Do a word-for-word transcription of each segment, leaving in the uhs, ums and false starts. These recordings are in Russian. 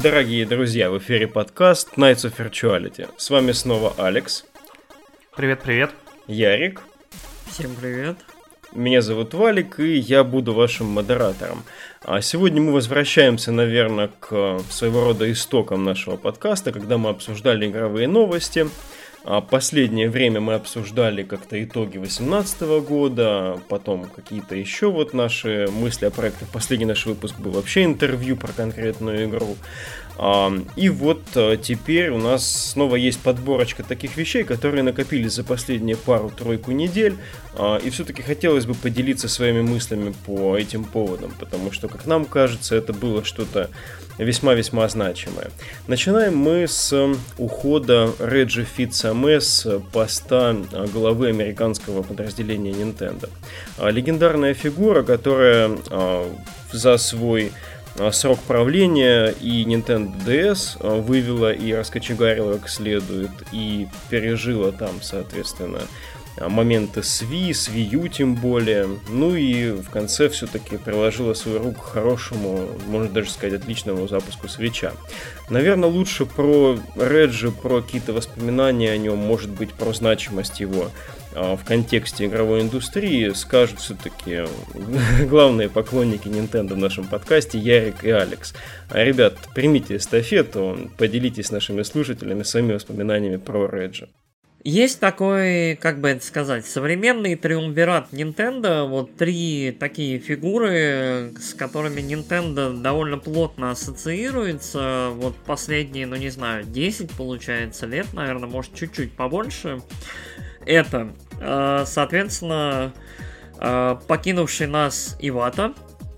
Дорогие друзья, в эфире подкаст Nights of Virtuality. С вами снова Алекс. Привет-привет. Ярик. Всем привет. Меня зовут Валик, и я буду вашим модератором. А сегодня мы возвращаемся, наверное, к своего рода истокам нашего подкаста, когда мы обсуждали игровые новости. А последнее время мы обсуждали как-то итоги две тысячи восемнадцатого года, потом какие-то еще вот наши мысли о проектах. Последний наш выпуск был вообще интервью про конкретную игру. И вот теперь у нас снова есть подборочка таких вещей, которые накопились за последние пару-тройку недель. И все-таки хотелось бы поделиться своими мыслями по этим поводам, потому что, как нам кажется, это было что-то весьма-весьма значимое. Начинаем мы с ухода Реджи Фитца-Мэ с поста главы американского подразделения Nintendo. Легендарная фигура, которая за свой срок правления и Nintendo ди эс вывела и раскочегарила как следует, и пережила там, соответственно, моменты с Wii, с Wii U тем более. Ну и в конце все-таки приложила свою руку к хорошему, можно даже сказать, отличному запуску Switch'а. Наверное, лучше про Реджи, про какие-то воспоминания о нем, может быть, про значимость его в контексте игровой индустрии скажут все-таки главные поклонники Nintendo в нашем подкасте, Ярик и Алекс. А, ребят, примите эстафету, поделитесь с нашими слушателями своими воспоминаниями про Реджи. Есть такой, как бы это сказать, современный триумвират Nintendo, вот три такие фигуры, с которыми Nintendo довольно плотно ассоциируется, вот последние, ну не знаю, десять, получается, лет, наверное, может чуть-чуть побольше. Это, соответственно, покинувший нас Ивата,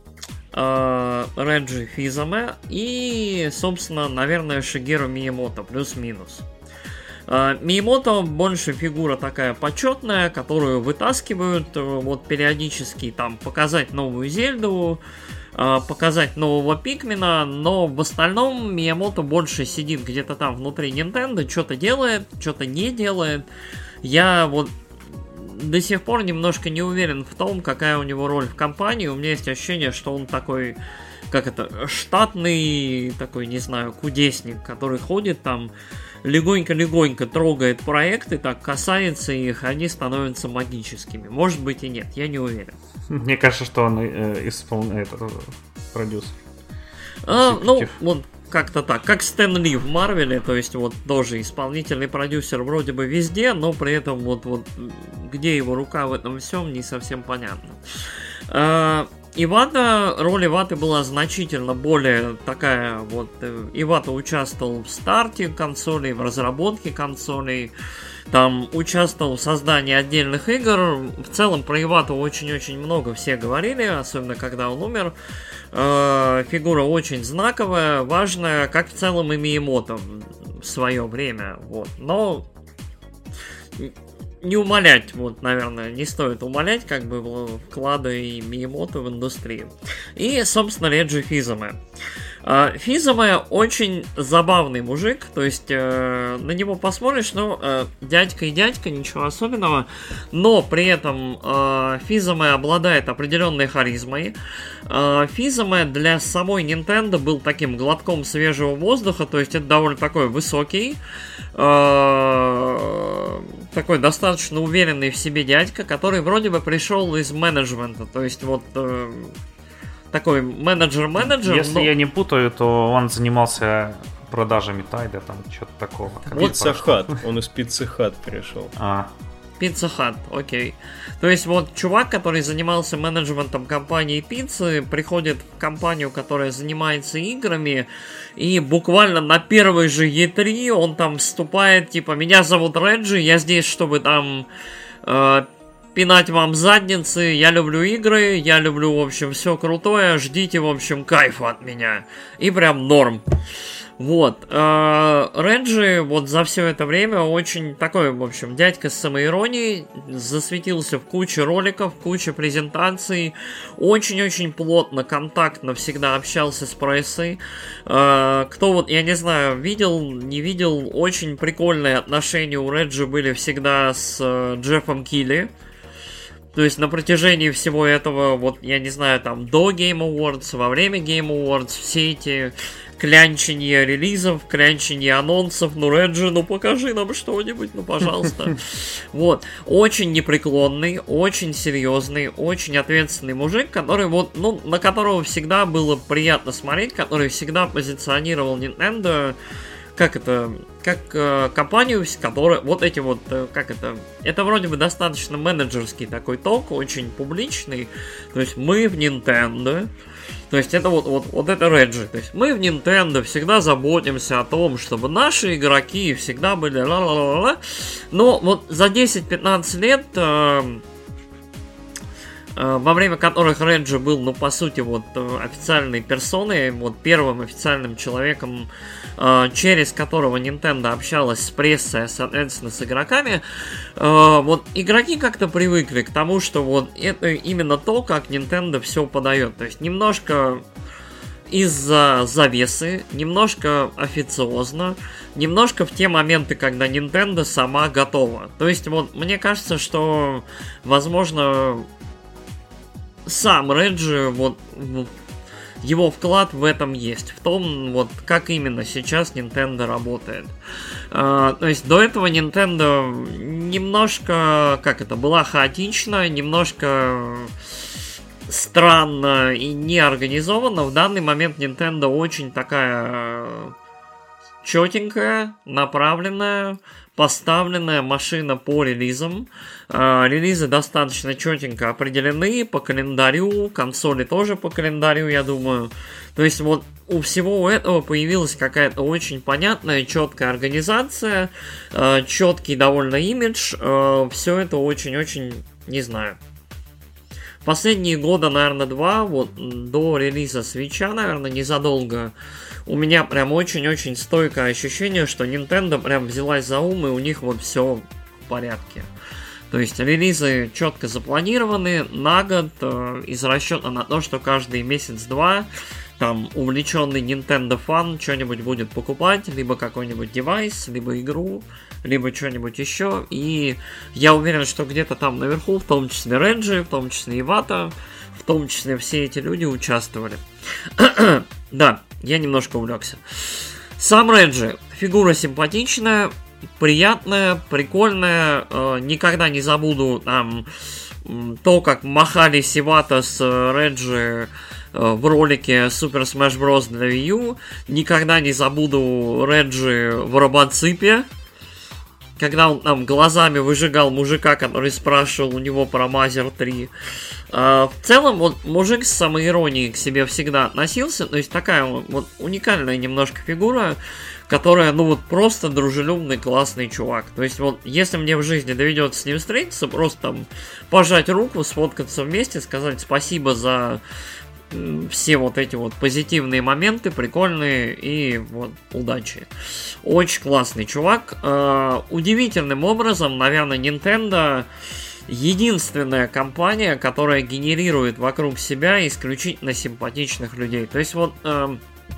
Реджи Физаме и, собственно, наверное, Шигеру Миямото, плюс-минус. Миямото больше фигура такая почетная, которую вытаскивают вот периодически, там, показать новую Зельду, показать нового Пикмена, но в остальном Миямото больше сидит где-то там внутри Nintendo, что-то делает, что-то не делает. Я вот до сих пор немножко не уверен в том, какая у него роль в компании. У меня есть ощущение, что он такой, как это, штатный, такой, не знаю, кудесник, который ходит там, легонько-легонько трогает проекты, так касается их, они становятся магическими. Может быть и нет, я не уверен. Мне кажется, что он э, исполняет э, продюсер. А, ну, вот как-то так, как Стэн Ли в Марвеле, то есть вот тоже исполнительный продюсер вроде бы везде, но при этом вот, вот где его рука в этом всем, не совсем понятно. А, Ивата, роль Иваты была значительно более такая, вот, Ивата участвовал в старте консолей, в разработке консолей, там участвовал в создании отдельных игр. В целом про Ивату очень-очень много все говорили, особенно когда он умер. Э, фигура очень знаковая, важная, как в целом и Миямото в свое время, вот, но не умалять, вот, наверное, не стоит умалять, как бы, вклады и Миямото в индустрию. И, собственно, Реджи Физаме. Физаме очень забавный мужик, то есть э, на него посмотришь, ну, э, дядька и дядька, ничего особенного, но при этом э, Физаме обладает определенной харизмой. Э, Физаме для самой Nintendo был таким глотком свежего воздуха, то есть это довольно такой высокий, э, такой достаточно уверенный в себе дядька, который вроде бы пришел из менеджмента, то есть вот... Э, такой менеджер-менеджер. Если но... я не путаю, то он занимался продажами Тайда, там что-то такого. Pizza Hut, он из Pizza Hut пришел. А. Pizza Hut, окей. То есть вот чувак, который занимался менеджментом компании пиццы, приходит в компанию, которая занимается играми, и буквально на первой же и три он там вступает, типа, меня зовут Реджи, я здесь, чтобы там... Э, пинать вам задницы, я люблю игры, я люблю, в общем, все крутое, ждите, в общем, кайфа от меня. И прям норм. Вот. Реджи вот за все это время очень такой, в общем, дядька с самоиронией, засветился в куче роликов, куче презентаций, очень-очень плотно, контактно всегда общался с прессой. Кто вот, я не знаю, видел, не видел, очень прикольные отношения у Реджи были всегда с Джеффом Килли. То есть на протяжении всего этого, вот, я не знаю, там, до Game Awards, во время Game Awards, все эти клянчение релизов, клянчение анонсов. Ну, Реджи, ну покажи нам что-нибудь, ну пожалуйста. Вот. Очень непреклонный, очень серьезный, очень ответственный мужик, который вот, ну, на которого всегда было приятно смотреть, который всегда позиционировал Nintendo как это, как э, компанию, которая, вот эти вот, э, как это, это вроде бы достаточно менеджерский такой ток, очень публичный, то есть мы в Nintendo, то есть это вот, вот, вот это Реджи, то есть мы в Nintendo всегда заботимся о том, чтобы наши игроки всегда были ла-ла-ла-ла, но вот за десять-пятнадцать лет... Э, во время которых Реджи был, ну, по сути, вот, официальной персоной, вот, первым официальным человеком, через которого Nintendo общалась с прессой, соответственно, с игроками, вот, игроки как-то привыкли к тому, что вот это именно то, как Nintendo все подает, то есть немножко из-за завесы, немножко официозно, немножко в те моменты, когда Nintendo сама готова. То есть, вот, мне кажется, что, возможно... Сам Реджи, вот, вот, его вклад в этом есть, в том, вот, как именно сейчас Nintendo работает. А, то есть, до этого Nintendo немножко, как это, была хаотична, немножко странно и неорганизованно. В данный момент Nintendo очень такая четенькая, направленная, поставленная машина по релизам. Э, релизы достаточно четенько определены по календарю, консоли тоже по календарю, я думаю. То есть вот у всего этого появилась какая-то очень понятная, четкая организация, э, четкий довольно имидж. Э, все это очень-очень, не знаю. Последние года, наверное, два, вот до релиза Switch'а, наверное, незадолго, у меня прям очень-очень стойкое ощущение, что Nintendo прям взялась за ум, и у них вот все в порядке. То есть релизы четко запланированы на год, э, из расчета на то, что каждый месяц-два там увлеченный Nintendo фан что-нибудь будет покупать, либо какой-нибудь девайс, либо игру, либо что-нибудь еще. И я уверен, что где-то там наверху, в том числе Реджи, в том числе Ивата, в том числе все эти люди участвовали. Да, я немножко увлекся. Сам Реджи. Фигура симпатичная, приятная, прикольная. Э, никогда не забуду там то, как махали Ивата с Реджи в ролике Super Smash Bros. Для Wii U. Никогда не забуду Реджи в робоципе, когда он там глазами выжигал мужика, который спрашивал у него про Мазер три. Uh, в целом, вот мужик с самоиронией к себе всегда относился, то есть такая вот, вот уникальная немножко фигура, которая, ну вот просто дружелюбный, классный чувак. То есть вот, если мне в жизни доведется с ним встретиться, просто там пожать руку, сфоткаться вместе, сказать спасибо за все вот эти вот позитивные моменты, прикольные, и вот удачи. Очень классный чувак. Uh, удивительным образом, наверное, Nintendo единственная компания, которая генерирует вокруг себя исключительно симпатичных людей. То есть вот э,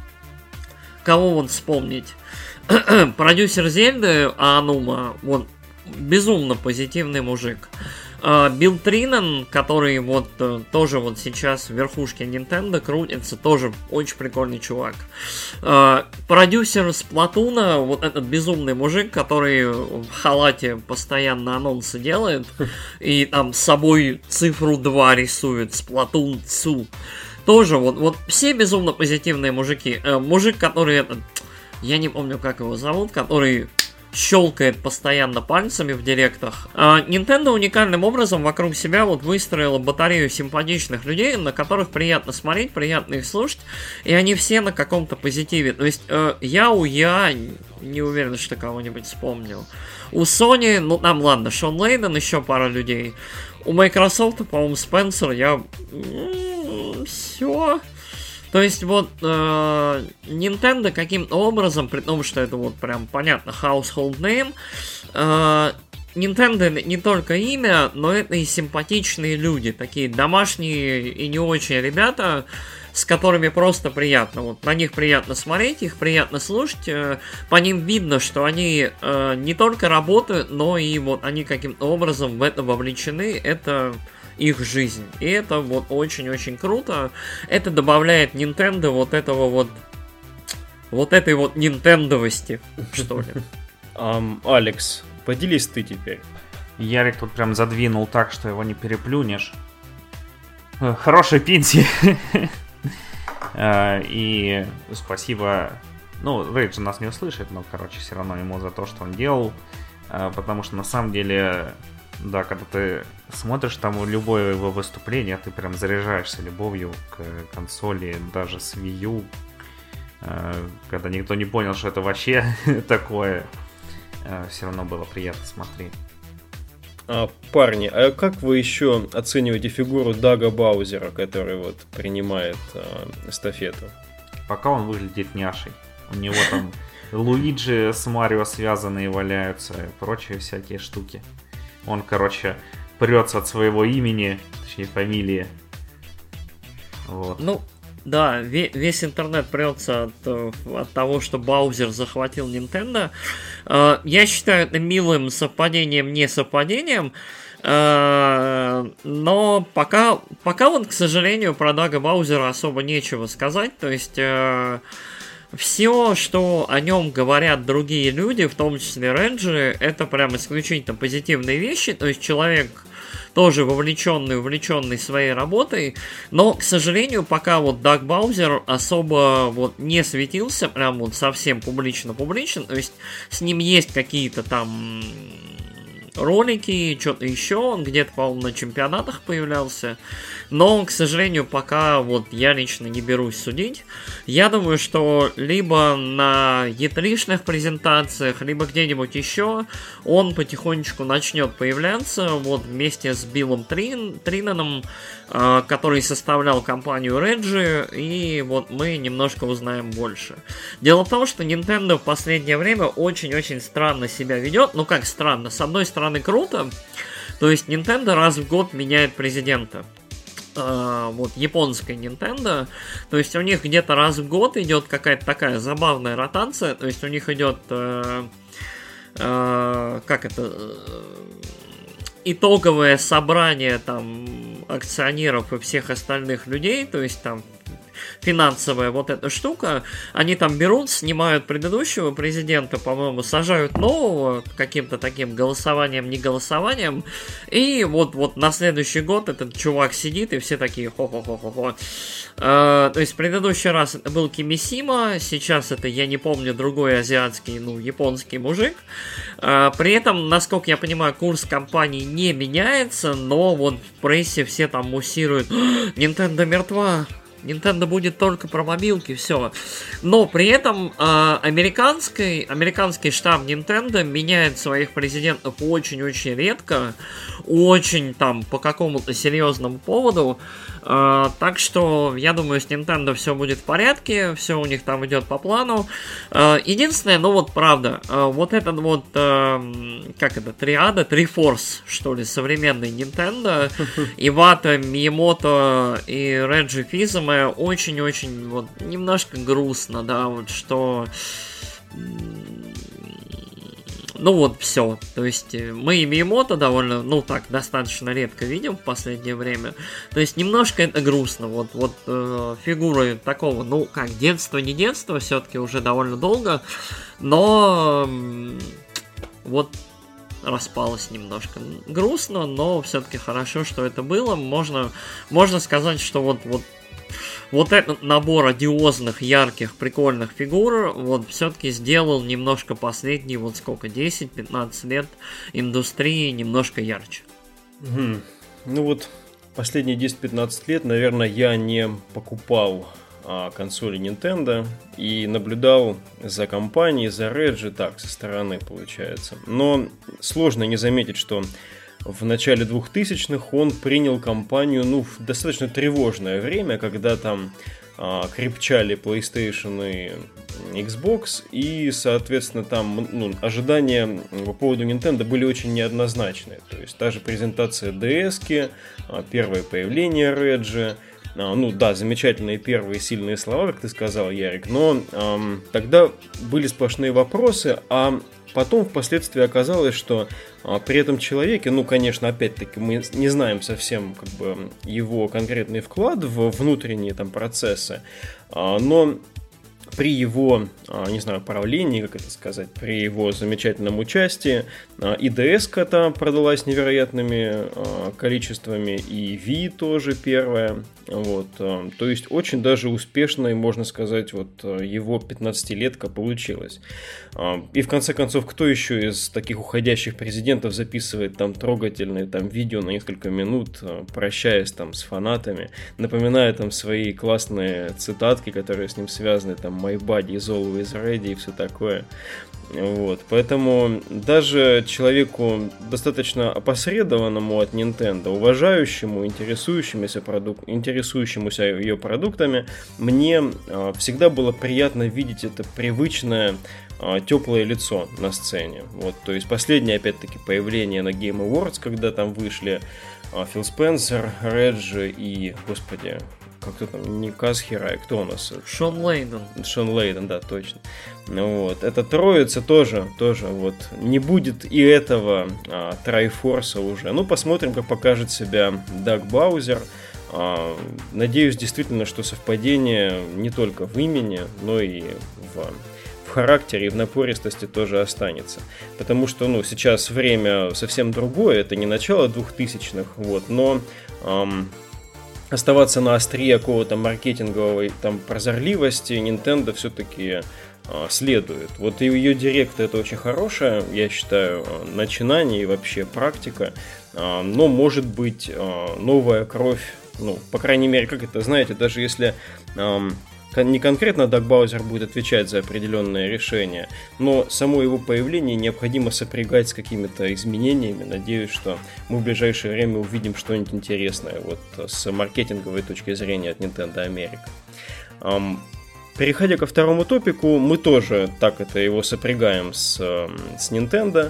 кого вот вспомнить? Продюсер Зельды Аанума, вот безумно позитивный мужик. Uh, Билл Тринан, который вот uh, тоже вот сейчас в верхушке Nintendo крутится, тоже очень прикольный чувак. Uh, продюсер Сплатуна, вот этот безумный мужик, который в халате постоянно анонсы делает и там с собой цифру два рисует, Сплатун Цу. Тоже вот, вот все безумно позитивные мужики. Uh, мужик, который этот, я не помню, как его зовут, который щелкает постоянно пальцами в директах. А Nintendo уникальным образом вокруг себя вот выстроила батарею симпатичных людей, на которых приятно смотреть, приятно их слушать, и они все на каком-то позитиве. То есть э, я у я не уверен, что кого-нибудь вспомнил. У Sony, ну там ладно, Шон Лейден, еще пара людей. У Microsoft, по-моему, Спенсер, я... Все... То есть вот э, Nintendo каким-то образом, при том, что это вот прям понятно household name, э, Nintendo не только имя, но это и симпатичные люди, такие домашние и не очень ребята, с которыми просто приятно. Вот на них приятно смотреть, их приятно слушать, э, по ним видно, что они э, не только работают, но и вот они каким-то образом в это вовлечены, это... их жизнь. И это вот очень-очень круто. Это добавляет Nintendo вот этого вот вот этой вот нинтендовости, что ли. Um, Алекс, поделись ты теперь. Ярик тут прям задвинул так, что его не переплюнешь. Хорошей пенсии. И спасибо. Ну, Рейдж нас не услышит, но, короче, все равно ему за то, что он делал. Потому что на самом деле, да, когда ты смотришь там любое его выступление, ты прям заряжаешься любовью к консоли, даже с Wii U. Когда никто не понял, что это вообще такое, все равно было приятно смотреть. А, парни, а как вы еще оцениваете фигуру Дага Баузера, который вот принимает а, эстафету? Пока он выглядит няшей. У него там Луиджи с Марио связанные валяются и прочие всякие штуки. Он, короче, прется от своего имени, точнее фамилии. Вот. Ну, да, весь интернет прется от, от того, что Баузер захватил Nintendo. Я считаю это милым совпадением, не совпадением. Но пока, пока вот, к сожалению, про Дага Баузера особо нечего сказать. То есть все, что о нем говорят другие люди, в том числе Реджи, это прям исключительно позитивные вещи. То есть человек тоже вовлеченный, увлеченный своей работой, но, к сожалению, пока вот Даг Баузер особо вот не светился, прям вот совсем публично-публично, то есть с ним есть какие-то там ролики, что-то еще, он где-то, по-моему, на чемпионатах появлялся, но, к сожалению, пока вот я лично не берусь судить. Я думаю, что либо на и три-шных презентациях, либо где-нибудь еще он потихонечку начнет появляться, вот вместе с Биллом Трин, Тринаном, э, который составлял компанию Реджи, и вот мы немножко узнаем больше. Дело в том, что Nintendo в последнее время очень-очень странно себя ведет, ну как странно, с одной стороны круто, то есть Nintendo раз в год меняет президента. Uh, вот японская Nintendo, то есть у них где-то раз в год идет какая-то такая забавная ротация, то есть у них идет uh, uh, как это uh, итоговое собрание там акционеров и всех остальных людей, то есть там финансовая вот эта штука, они там берут, снимают предыдущего президента, по-моему, сажают нового каким-то таким голосованием, не голосованием, и вот, вот на следующий год этот чувак сидит, и все такие хо-хо-хо-хо-хо. Uh, то есть в предыдущий раз это был Кимисима, сейчас это, я не помню, другой азиатский, ну, японский мужик. Uh, при этом, насколько я понимаю, курс компании не меняется, но вот в прессе все там муссируют: Nintendo мертва, Nintendo будет только про мобилки, все. Но при этом э, американский, американский штаб Nintendo меняет своих президентов очень-очень редко, очень там по какому-то серьезному поводу. Э, так что я думаю, с Nintendo все будет в порядке, все у них там идет по плану. Э, единственное, ну вот правда, э, вот этот вот, э, как это, триада, трифорс, что ли, современный Nintendo, Ивата, Миямото и Реджи Физуме, очень-очень вот немножко грустно, да, вот что, ну вот все, то есть мы и Миямото довольно, ну так, достаточно редко видим в последнее время, то есть немножко это грустно, вот, вот э, фигуры такого, ну как, детство, не детство, все-таки уже довольно долго, но э, вот распалось немножко. Грустно, но все-таки хорошо, что это было, можно, можно сказать, что вот, вот Вот этот набор одиозных, ярких, прикольных фигур вот все-таки сделал немножко последние, вот сколько, десять-пятнадцать лет индустрии немножко ярче. Угу. Ну вот, последние десять-пятнадцать лет, наверное, я не покупал а, консоли Nintendo и наблюдал за компанией, за Реджи так, со стороны, получается. Но сложно не заметить, что в начале двухтысячных он принял компанию, ну, в достаточно тревожное время, когда там а, крепчали PlayStation и Xbox, и, соответственно, там ну, ожидания по поводу Nintendo были очень неоднозначные. То есть та же презентация ди эс-ки, а, первое появление Реджи, а, ну да, замечательные первые сильные слова, как ты сказал, Ярик, но а, тогда были сплошные вопросы, а потом впоследствии оказалось, что а, при этом человеке, ну, конечно, опять-таки мы не знаем совсем как бы его конкретный вклад в внутренние там процессы, а, но при его, не знаю, правлении, как это сказать, при его замечательном участии и ди эс-ка продалась невероятными количествами, и Ви тоже первая. Вот. То есть очень даже успешно, и можно сказать, вот его пятнадцатилетка получилась. И в конце концов, кто еще из таких уходящих президентов записывает там трогательные там видео на несколько минут, прощаясь там с фанатами, напоминая там свои классные цитатки, которые с ним связаны, там My body is always ready и все такое. Вот. Поэтому даже человеку достаточно опосредованному от Nintendo, уважающему, интересующемуся, продук... интересующемуся ее продуктами, мне э, всегда было приятно видеть это привычное э, теплое лицо на сцене. Вот. То есть последнее, опять-таки, появление на Game Awards, когда там вышли э, Фил Спенсер, Реджи и, господи, кто там, не Каз Хирай, кто у нас? Шон Лейден. Шон Лейден, да, точно. Вот. Эта троица тоже, тоже вот не будет и этого а, Трайфорса уже. Ну, посмотрим, как покажет себя Даг Баузер. А, надеюсь, действительно, что совпадение не только в имени, но и в... в характере и в напористости тоже останется. Потому что, ну, сейчас время совсем другое, это не начало двухтысячных, вот, но эм, оставаться на острие какого-то маркетинговой там прозорливости Nintendo все-таки э, следует. Вот и ее директ это очень хорошее, я считаю, начинание и вообще практика, э, но может быть э, новая кровь, ну, по крайней мере, как это, знаете, даже если... Э, не конкретно Даг Баузер будет отвечать за определенные решения, но само его появление необходимо сопрягать с какими-то изменениями. Надеюсь, что мы в ближайшее время увидим что-нибудь интересное вот с маркетинговой точки зрения от Nintendo Америка. Переходя ко второму топику, мы тоже так это его сопрягаем с, с Nintendo.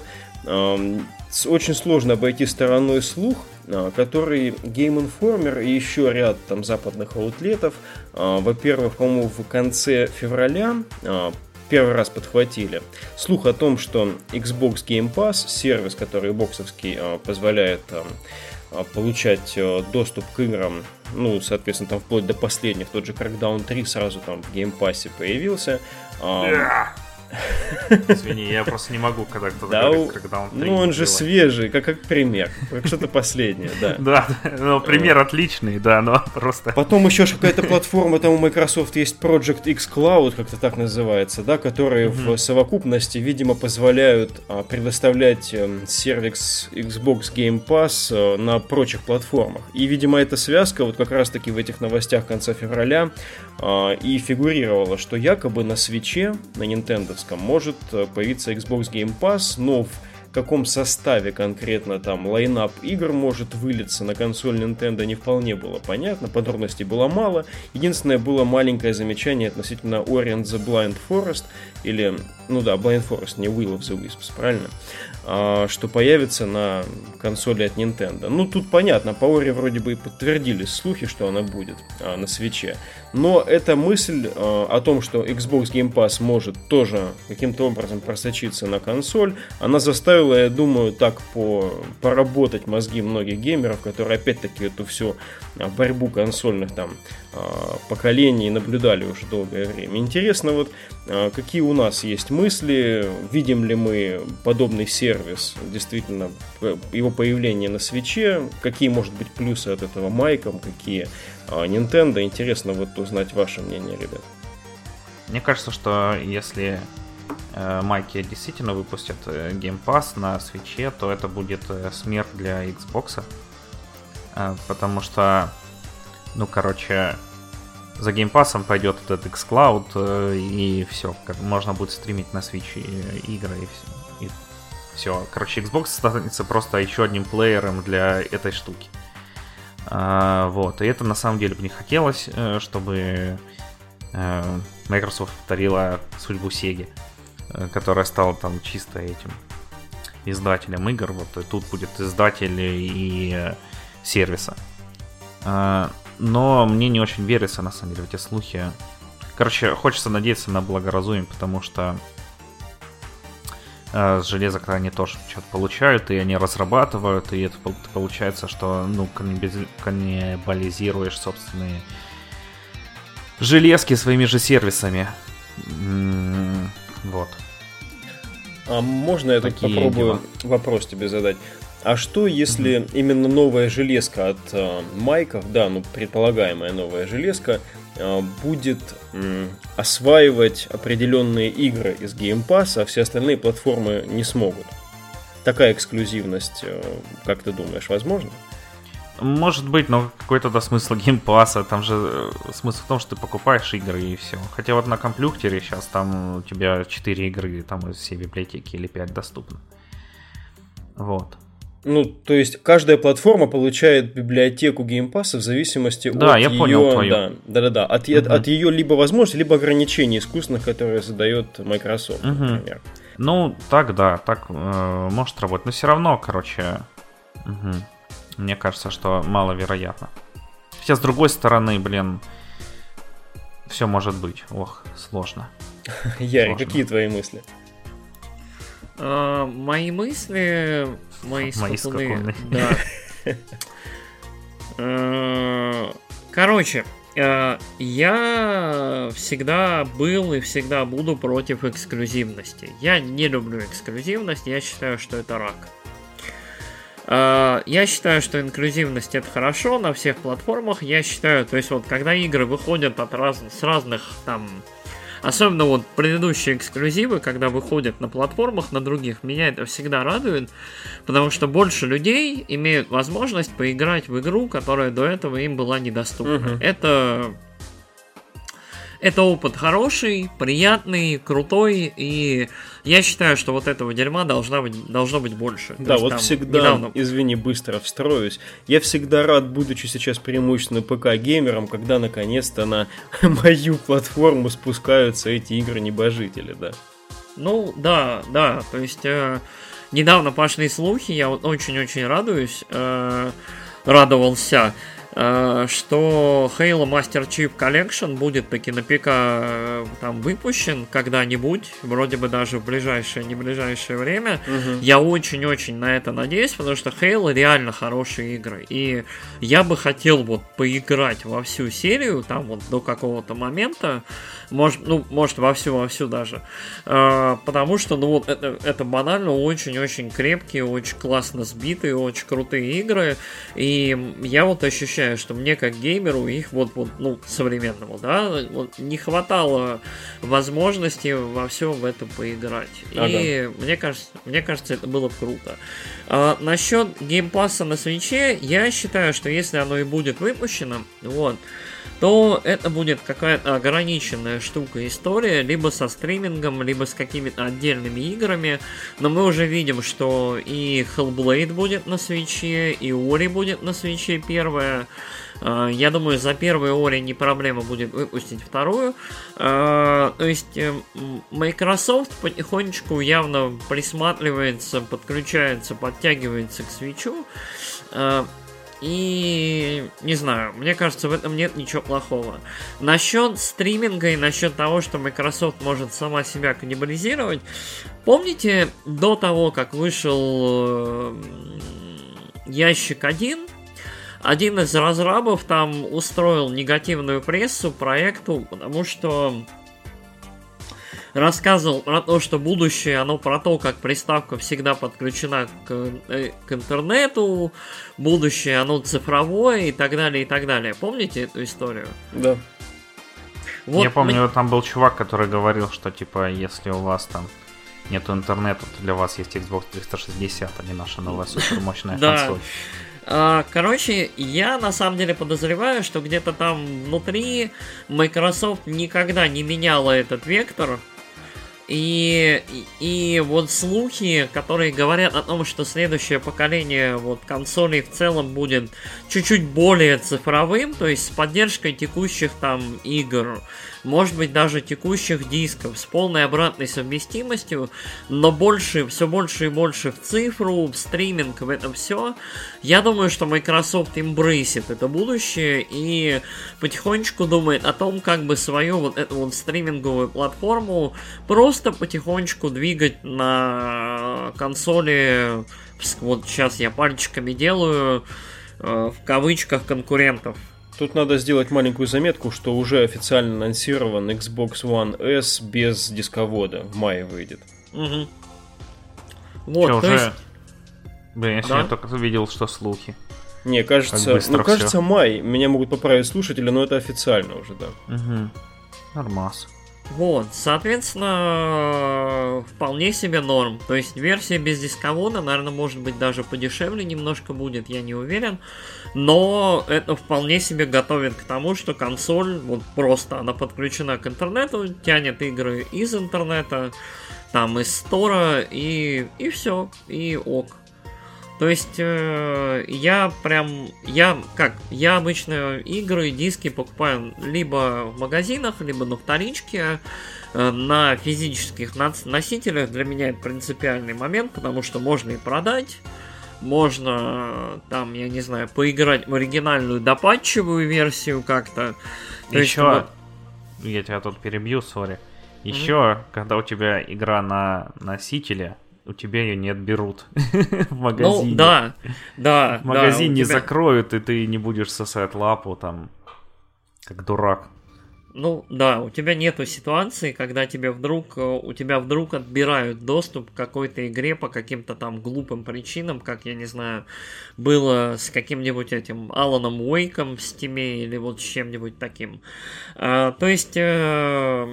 Очень сложно обойти стороной слух, который Game Informer и еще ряд там западных аутлетов, во-первых, по-моему, в конце февраля первый раз подхватили слух о том, что Xbox Game Pass, сервис, который боксовский, позволяет получать доступ к играм, ну, соответственно, там вплоть до последних, тот же Crackdown три сразу там в Game Pass появился. Извини, я просто не могу, когда кто-то да, говорит, когда он... Ну, он же делает. Свежий, как, как пример, как что-то последнее, да. Да, ну, пример отличный, да, но просто... Потом еще какая-то платформа, там у Microsoft есть Project X Cloud, как-то так называется, да, которые mm-hmm. в совокупности, видимо, позволяют а, предоставлять а, сервис Xbox Game Pass а, на прочих платформах. И, видимо, эта связка вот как раз-таки в этих новостях конца февраля а, и фигурировала, что якобы на Switch'е, на Nintendo может появиться Xbox Game Pass, но в каком составе конкретно там лайнап игр может вылиться на консоль Nintendo не вполне было понятно, подробностей было мало. Единственное было маленькое замечание относительно Ori and the Blind Forest, или, ну да, Blind Forest, не Will of the Wisps, правильно? А, что появится на консоли от Nintendo. Ну, тут понятно, по Ori вроде бы и подтвердились слухи, что она будет а, на Switch'е. Но эта мысль а, о том, что Xbox Game Pass может тоже каким-то образом просочиться на консоль, она заставила, я думаю, так по, поработать мозги многих геймеров, которые опять-таки эту всю борьбу консольных там поколений наблюдали уже долгое время. Интересно, вот какие у нас есть мысли, видим ли мы подобный сервис, действительно, его появление на Switch'е, какие, может быть, плюсы от этого Майком, какие Nintendo. Интересно вот узнать ваше мнение, ребят. Мне кажется, что если э, майки действительно выпустят э, Game Pass на Switch'е, то это будет э, смерть для Xbox, э, потому что, ну, короче, за Game Pass'ом пойдет этот xCloud, э, и все, как можно будет стримить на Switch и, игры, и все. И все. Короче, Xbox станется просто еще одним плеером для этой штуки. А, вот, и это на самом деле бы не хотелось, чтобы э, Microsoft повторила судьбу Sega, которая стала там чисто этим издателем игр. Вот, и тут будет издатель и э, сервиса. А, но мне не очень верится, на самом деле, в эти слухи. Короче, хочется надеяться на благоразумие, потому что э, с железа, когда они тоже что-то получают, и они разрабатывают, и это получается, что, ну, каннибализируешь собственные железки своими же сервисами. М-м- вот. А можно я тут попробую дела. Вопрос тебе задать? А что, если mm-hmm. именно новая железка от э, майков, да, ну, предполагаемая новая железка, э, будет э, осваивать определенные игры из Game Pass, а все остальные платформы не смогут? Такая эксклюзивность, э, как ты думаешь, возможно? Может быть, но какой тогда смысл геймпасса? Там же э, смысл в том, что ты покупаешь игры и все. Хотя вот на компьютере сейчас там у тебя четыре игры там из всей библиотеки или пять доступно. Вот. Ну, то есть каждая платформа получает библиотеку геймпасса в зависимости да, от я ее... Понял твою. Да, да, да, да. От, угу. от, от ее либо возможностей, либо ограничений искусственных, которые задает Microsoft, угу. например. Ну, так, да, так э, может работать. Но все равно, короче... Угу. Мне кажется, что маловероятно. Хотя, с другой стороны, блин, все может быть. Ох, сложно. Ярик, какие твои мысли? Uh, мои мысли... Мои, мои скакуны. Да. uh, короче, uh, я всегда был и всегда буду против эксклюзивности. Я не люблю эксклюзивность, я считаю, что это рак. Я считаю, что инклюзивность это хорошо на всех платформах. Я считаю, то есть вот когда игры выходят от раз, с разных там, особенно вот предыдущие эксклюзивы, когда выходят на платформах, на других, меня это всегда радует, потому что больше людей имеют возможность поиграть в игру, которая до этого им была недоступна. Uh-huh. Это Это опыт хороший, приятный, крутой, и я считаю, что вот этого дерьма должна быть, должно быть больше. Да, есть, вот там, всегда, недавно... извини, быстро встроюсь, я всегда рад, будучи сейчас преимущественно ПК-геймером, когда наконец-то на мою платформу спускаются эти игры-небожители, да. Ну, да, да, то есть э, недавно пошли слухи, я вот очень-очень радуюсь, э, радовался, что Halo Master Chief Collection будет таки на ПК там выпущен когда-нибудь, вроде бы даже в ближайшее, не ближайшее время. Угу. Я очень-очень на это надеюсь, потому что Halo реально хорошие игры. И я бы хотел вот поиграть во всю серию, там вот до какого-то момента, может, ну, может во всю, во всю даже. Потому что, ну вот, это, это банально очень-очень крепкие, очень классно сбитые, очень крутые игры. И я вот ощущаю, что мне как геймеру их вот, вот ну, современному, да, вот не хватало возможности во все в это поиграть. Ага. И мне кажется, мне кажется, это было бы круто. А, насчет геймпасса на свитче, я считаю, что если оно и будет выпущено, вот, то это будет какая-то ограниченная штука, история, либо со стримингом, либо с какими-то отдельными играми. Но мы уже видим, что и Hellblade будет на свитче, и Ori будет на свитче первая. Я думаю, за первую Ori не проблема будет выпустить вторую. То есть Microsoft потихонечку явно присматривается, подключается, подтягивается к свитчу. И не знаю, мне кажется, в этом нет ничего плохого. Насчет стриминга и насчет того, что Microsoft может сама себя каннибализировать, помните, до того, как вышел Ящик один, один из разрабов там устроил негативную прессу проекту, потому что рассказывал про то, что будущее, оно про то, как приставка всегда подключена к, э, к интернету, будущее, оно цифровое и так далее, и так далее. Помните эту историю? Да. Вот я помню, мы... там был чувак, который говорил, что, типа, если у вас там нету интернета, то для вас есть Xbox триста шестьдесят, а не наша новая супермощная консоль. Короче, я на самом деле подозреваю, что где-то там внутри Microsoft никогда не меняла этот вектор. И, и, и вот слухи, которые говорят о том, что следующее поколение вот, консолей в целом будет чуть-чуть более цифровым, то есть с поддержкой текущих там игр, может быть даже текущих дисков, с полной обратной совместимостью, но больше, все больше и больше в цифру, в стриминг, в это все. Я думаю, что Microsoft эмбрейсит это будущее и потихонечку думает о том, как бы свою вот эту вот стриминговую платформу просто потихонечку двигать на консоли, вот сейчас я пальчиками делаю, в кавычках, конкурентов. Тут надо сделать маленькую заметку, что уже официально анонсирован Xbox One S без дисковода. В мае выйдет. Угу. Вот, Че, то уже... есть... Блин, я Да? сегодня только видел, что слухи. Не, кажется, быстро ну, кажется, всё. май. Меня могут поправить слушатели, но это официально уже, да. Угу. Нормас. Вот, соответственно, вполне себе норм. То есть версия без дисковода, наверное, может быть даже подешевле немножко будет, я не уверен. Но это вполне себе готовит к тому, что консоль, вот просто она подключена к интернету, тянет игры из интернета, там из стора, и, и все, и ок. То есть э, я прям, я как, я обычно игры, диски покупаю либо в магазинах, либо на вторичке, э, на физических носителях. Для меня это принципиальный момент, потому что можно и продать, можно там, я не знаю, поиграть в оригинальную допатчевую версию как-то. То есть, Еще, вот- я тебя тут перебью, сори. Еще, когда у тебя игра на носителе, у тебя ее не отберут в магазине. Ну, да, да. Магазин да, не у тебя- закроют, и ты не будешь сосать лапу там, как дурак. Ну да, у тебя нету ситуации, когда тебе вдруг, э, у тебя вдруг отбирают доступ к какой-то игре по каким-то там глупым причинам, как, я не знаю, было с каким-нибудь этим Аланом Уэйком в Стиме или вот с чем-нибудь таким. А, то есть... э,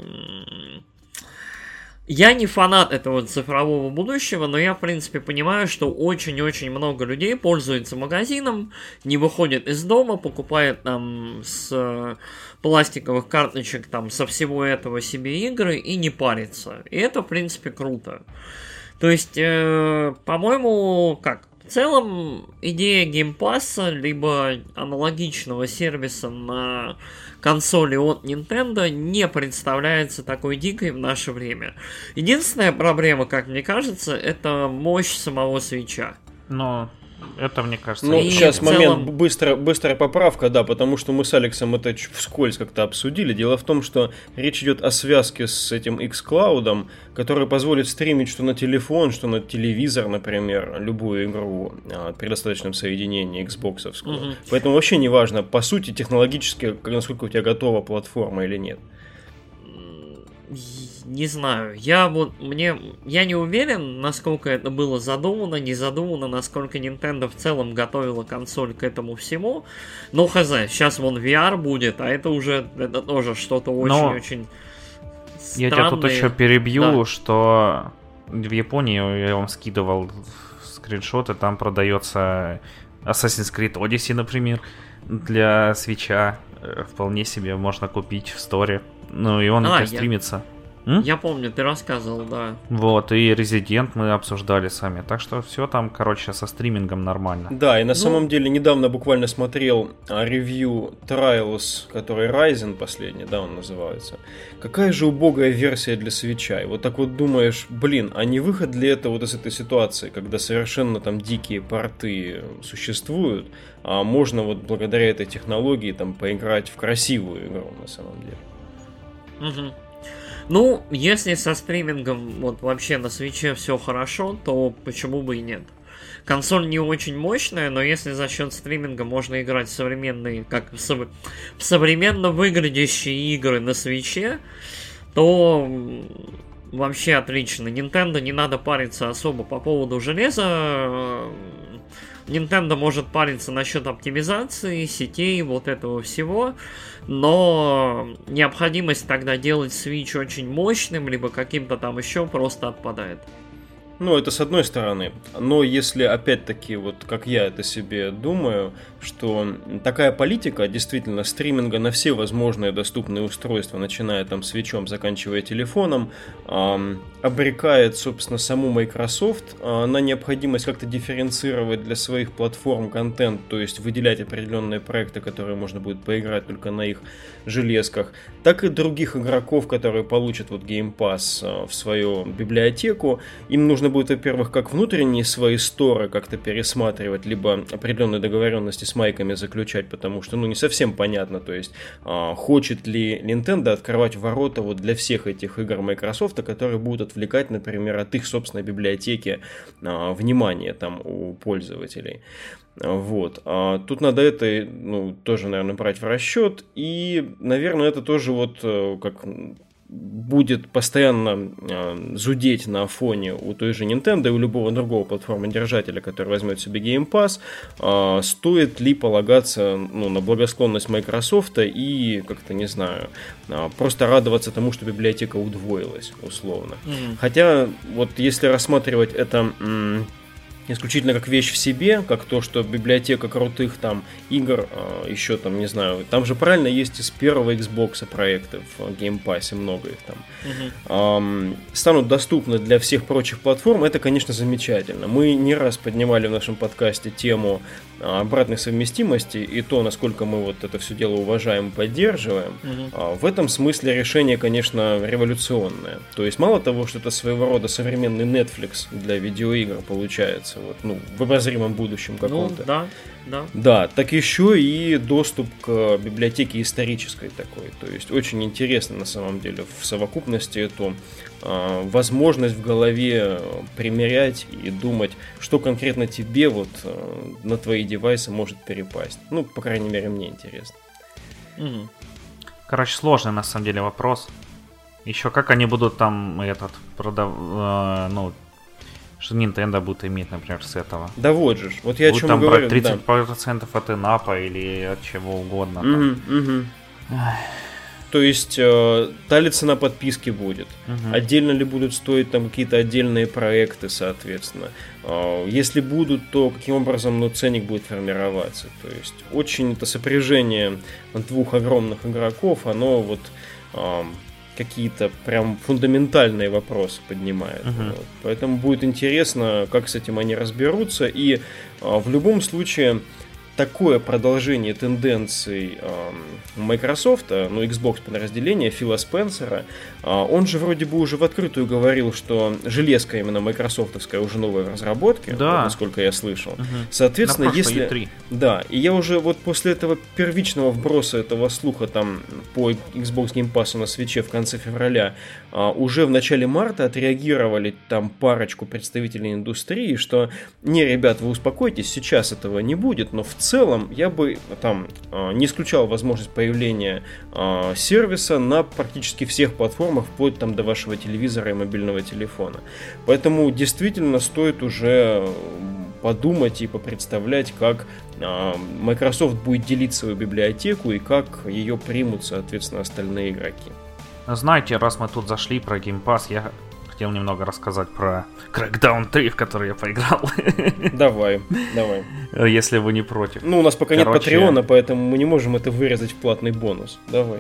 Я не фанат этого цифрового будущего, но я, в принципе, понимаю, что очень-очень много людей пользуются магазином, не выходит из дома, покупает там с э, пластиковых карточек там со всего этого себе игры и не парится. И это, в принципе, круто. То есть, э, по-моему, как? В целом, идея геймпасса, либо аналогичного сервиса на консоли от Nintendo не представляется такой дикой в наше время. Единственная проблема, как мне кажется, это мощь самого свитча. Но это, мне кажется... Ну, И сейчас в момент, целом- быстро, быстрая поправка, да, потому что мы с Алексом это ч- вскользь как-то обсудили. Дело в том, что речь идет о связке с этим xCloud, который позволит стримить что на телефон, что на телевизор, например, любую игру а, при достаточном соединении Xbox-овскую. Мгм. Поэтому вообще не важно, по сути, технологически, насколько у тебя готова платформа или нет. Не знаю, я вот мне я не уверен, насколько это было задумано, не задумано, насколько Nintendo в целом готовила консоль к этому всему. Но хз, сейчас вон ви ар будет, а это уже это тоже что-то Но очень-очень Я тебя тут странное. еще перебью, Да. что в Японии я вам скидывал скриншоты, там продается Assassin's Creed Odyssey, например, для свитча. Э, Вполне себе можно купить в сторе. Ну и он А, у тебя я- стримится. М? Я помню, ты рассказывал, да. Вот, и Resident мы обсуждали сами. Так что все там, короче, со стримингом нормально. Да, и на Ну- самом деле недавно буквально смотрел а, ревью Trials, который Ryzen последний, да, он называется. Какая же убогая версия для свитча. И вот так вот думаешь, блин, а не выход ли это вот из этой ситуации, когда совершенно там дикие порты существуют, а можно вот благодаря этой технологии там поиграть в красивую игру на самом деле. Мгм. Ну, если со стримингом вот вообще на свитче все хорошо, то почему бы и нет? Консоль не очень мощная, но если за счет стриминга можно играть в современные, как в, сов- в современно выглядящие игры на свитче, то м, вообще отлично. Nintendo не надо париться особо по поводу железа. Nintendo может париться насчет оптимизации, сетей, вот этого всего, но необходимость тогда делать Switch очень мощным, либо каким-то там еще просто отпадает. Ну, это с одной стороны. Но если, опять-таки, вот как я это себе думаю, что такая политика, действительно, стриминга на все возможные доступные устройства, начиная там свитчом, заканчивая телефоном, эм, обрекает, собственно, саму Microsoft э, на необходимость как-то дифференцировать для своих платформ контент, то есть выделять определенные проекты, которые можно будет поиграть только на их железках, так и других игроков, которые получат вот Game Pass э, в свою библиотеку. Им нужно нужно будет, во-первых, как внутренние свои сторы как-то пересматривать, либо определенные договоренности с майками заключать, потому что, ну, не совсем понятно, то есть, хочет ли Nintendo открывать ворота вот для всех этих игр Microsoft, которые будут отвлекать, например, от их собственной библиотеки внимание там у пользователей. Вот. А тут надо это, ну, тоже, наверное, брать в расчет. И, наверное, это тоже вот как будет постоянно э, зудеть на фоне у той же Nintendo и у любого другого платформодержателя, который возьмет себе Game Pass, э, стоит ли полагаться, ну, на благосклонность Microsoft и, как-то, не знаю, э, просто радоваться тому, что библиотека удвоилась, условно. Mm-hmm. Хотя, вот если рассматривать это... М- исключительно как вещь в себе, как то, что библиотека крутых там игр, э, еще там, не знаю, там же правильно есть из первого Xbox проекты в Game Pass, много их там, uh-huh. э, станут доступны для всех прочих платформ, это, конечно, замечательно. Мы не раз поднимали в нашем подкасте тему обратной совместимости и то, насколько мы вот это все дело уважаем и поддерживаем. Uh-huh. В этом смысле решение, конечно, революционное. То есть мало того, что это своего рода современный Netflix для видеоигр получается, вот, ну, в обозримом будущем каком-то. Ну, да, да. Да, так еще и доступ к библиотеке исторической такой. То есть очень интересно на самом деле в совокупности эту э, возможность в голове примерять и думать, что конкретно тебе вот э, на твои девайсы может перепасть. Ну, по крайней мере, мне интересно. Угу. Короче, сложный на самом деле вопрос. Еще как они будут там этот продав... Э, ну, что Nintendo будет иметь, например, с этого. Да вот же, вот я будет о чем там говорю. тридцать процентов да. от инапа или от чего угодно. Угу, угу. То есть э, та ли цена подписки будет, угу. отдельно ли будут стоить там какие-то отдельные проекты, соответственно. Э, если будут, то каким образом, ну, ценник будет формироваться. То есть очень это сопряжение двух огромных игроков, оно вот... Э, какие-то прям фундаментальные вопросы поднимает. Uh-huh. Вот. Поэтому будет интересно, как с этим они разберутся. И а, в любом случае такое продолжение тенденций э, Microsoft, ну, Xbox подразделения Фила Спенсера, э, он же вроде бы уже в открытую говорил, что железка именно майкрософтовская уже новая в разработке, да. вот, насколько я слышал. Угу. Соответственно, если... и три. Да, и я уже вот после этого первичного вброса этого слуха там по Xbox Game Pass на свитче в конце февраля, э, уже в начале марта отреагировали там парочку представителей индустрии, что не, ребят, вы успокойтесь, сейчас этого не будет, но в В целом я бы там не исключал возможность появления э, сервиса на практически всех платформах, вплоть там до вашего телевизора и мобильного телефона. Поэтому действительно стоит уже подумать и попредставлять, как э, Microsoft будет делить свою библиотеку и как ее примут, соответственно, остальные игроки. Знаете, раз мы тут зашли про Game Pass, я хотел немного рассказать про Crackdown три, в который я поиграл. Давай, давай. Если вы не против. Ну, у нас пока Короче... нет Патреона, поэтому мы не можем это вырезать в платный бонус. Давай.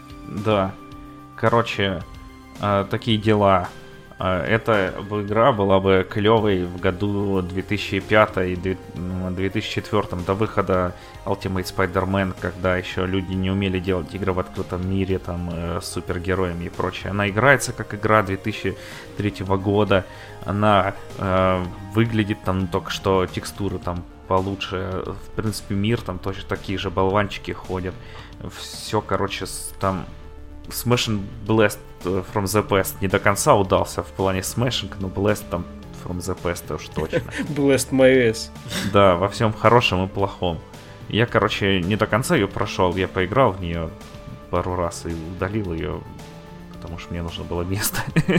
Да. Короче, э, такие дела. Э, эта игра была бы клевой в году две тысячи пятом и две тысячи четвёртом, до выхода Ultimate Spider-Man, когда еще люди не умели делать игры в открытом мире, там, э, с супергероями и прочее. Она играется как игра две тысячи третьего года. Она э, выглядит там только что текстуры там получше. В принципе, мир там точно такие же болванчики ходят. Все, короче, там Smash and Blast from the Past не до конца удался в плане смешинг, но Blast там from the Past уж точно. Blast my ass. Да, во всем хорошем и плохом. Я, короче, не до конца ее прошел, я поиграл в нее пару раз и удалил ее, потому что мне нужно было место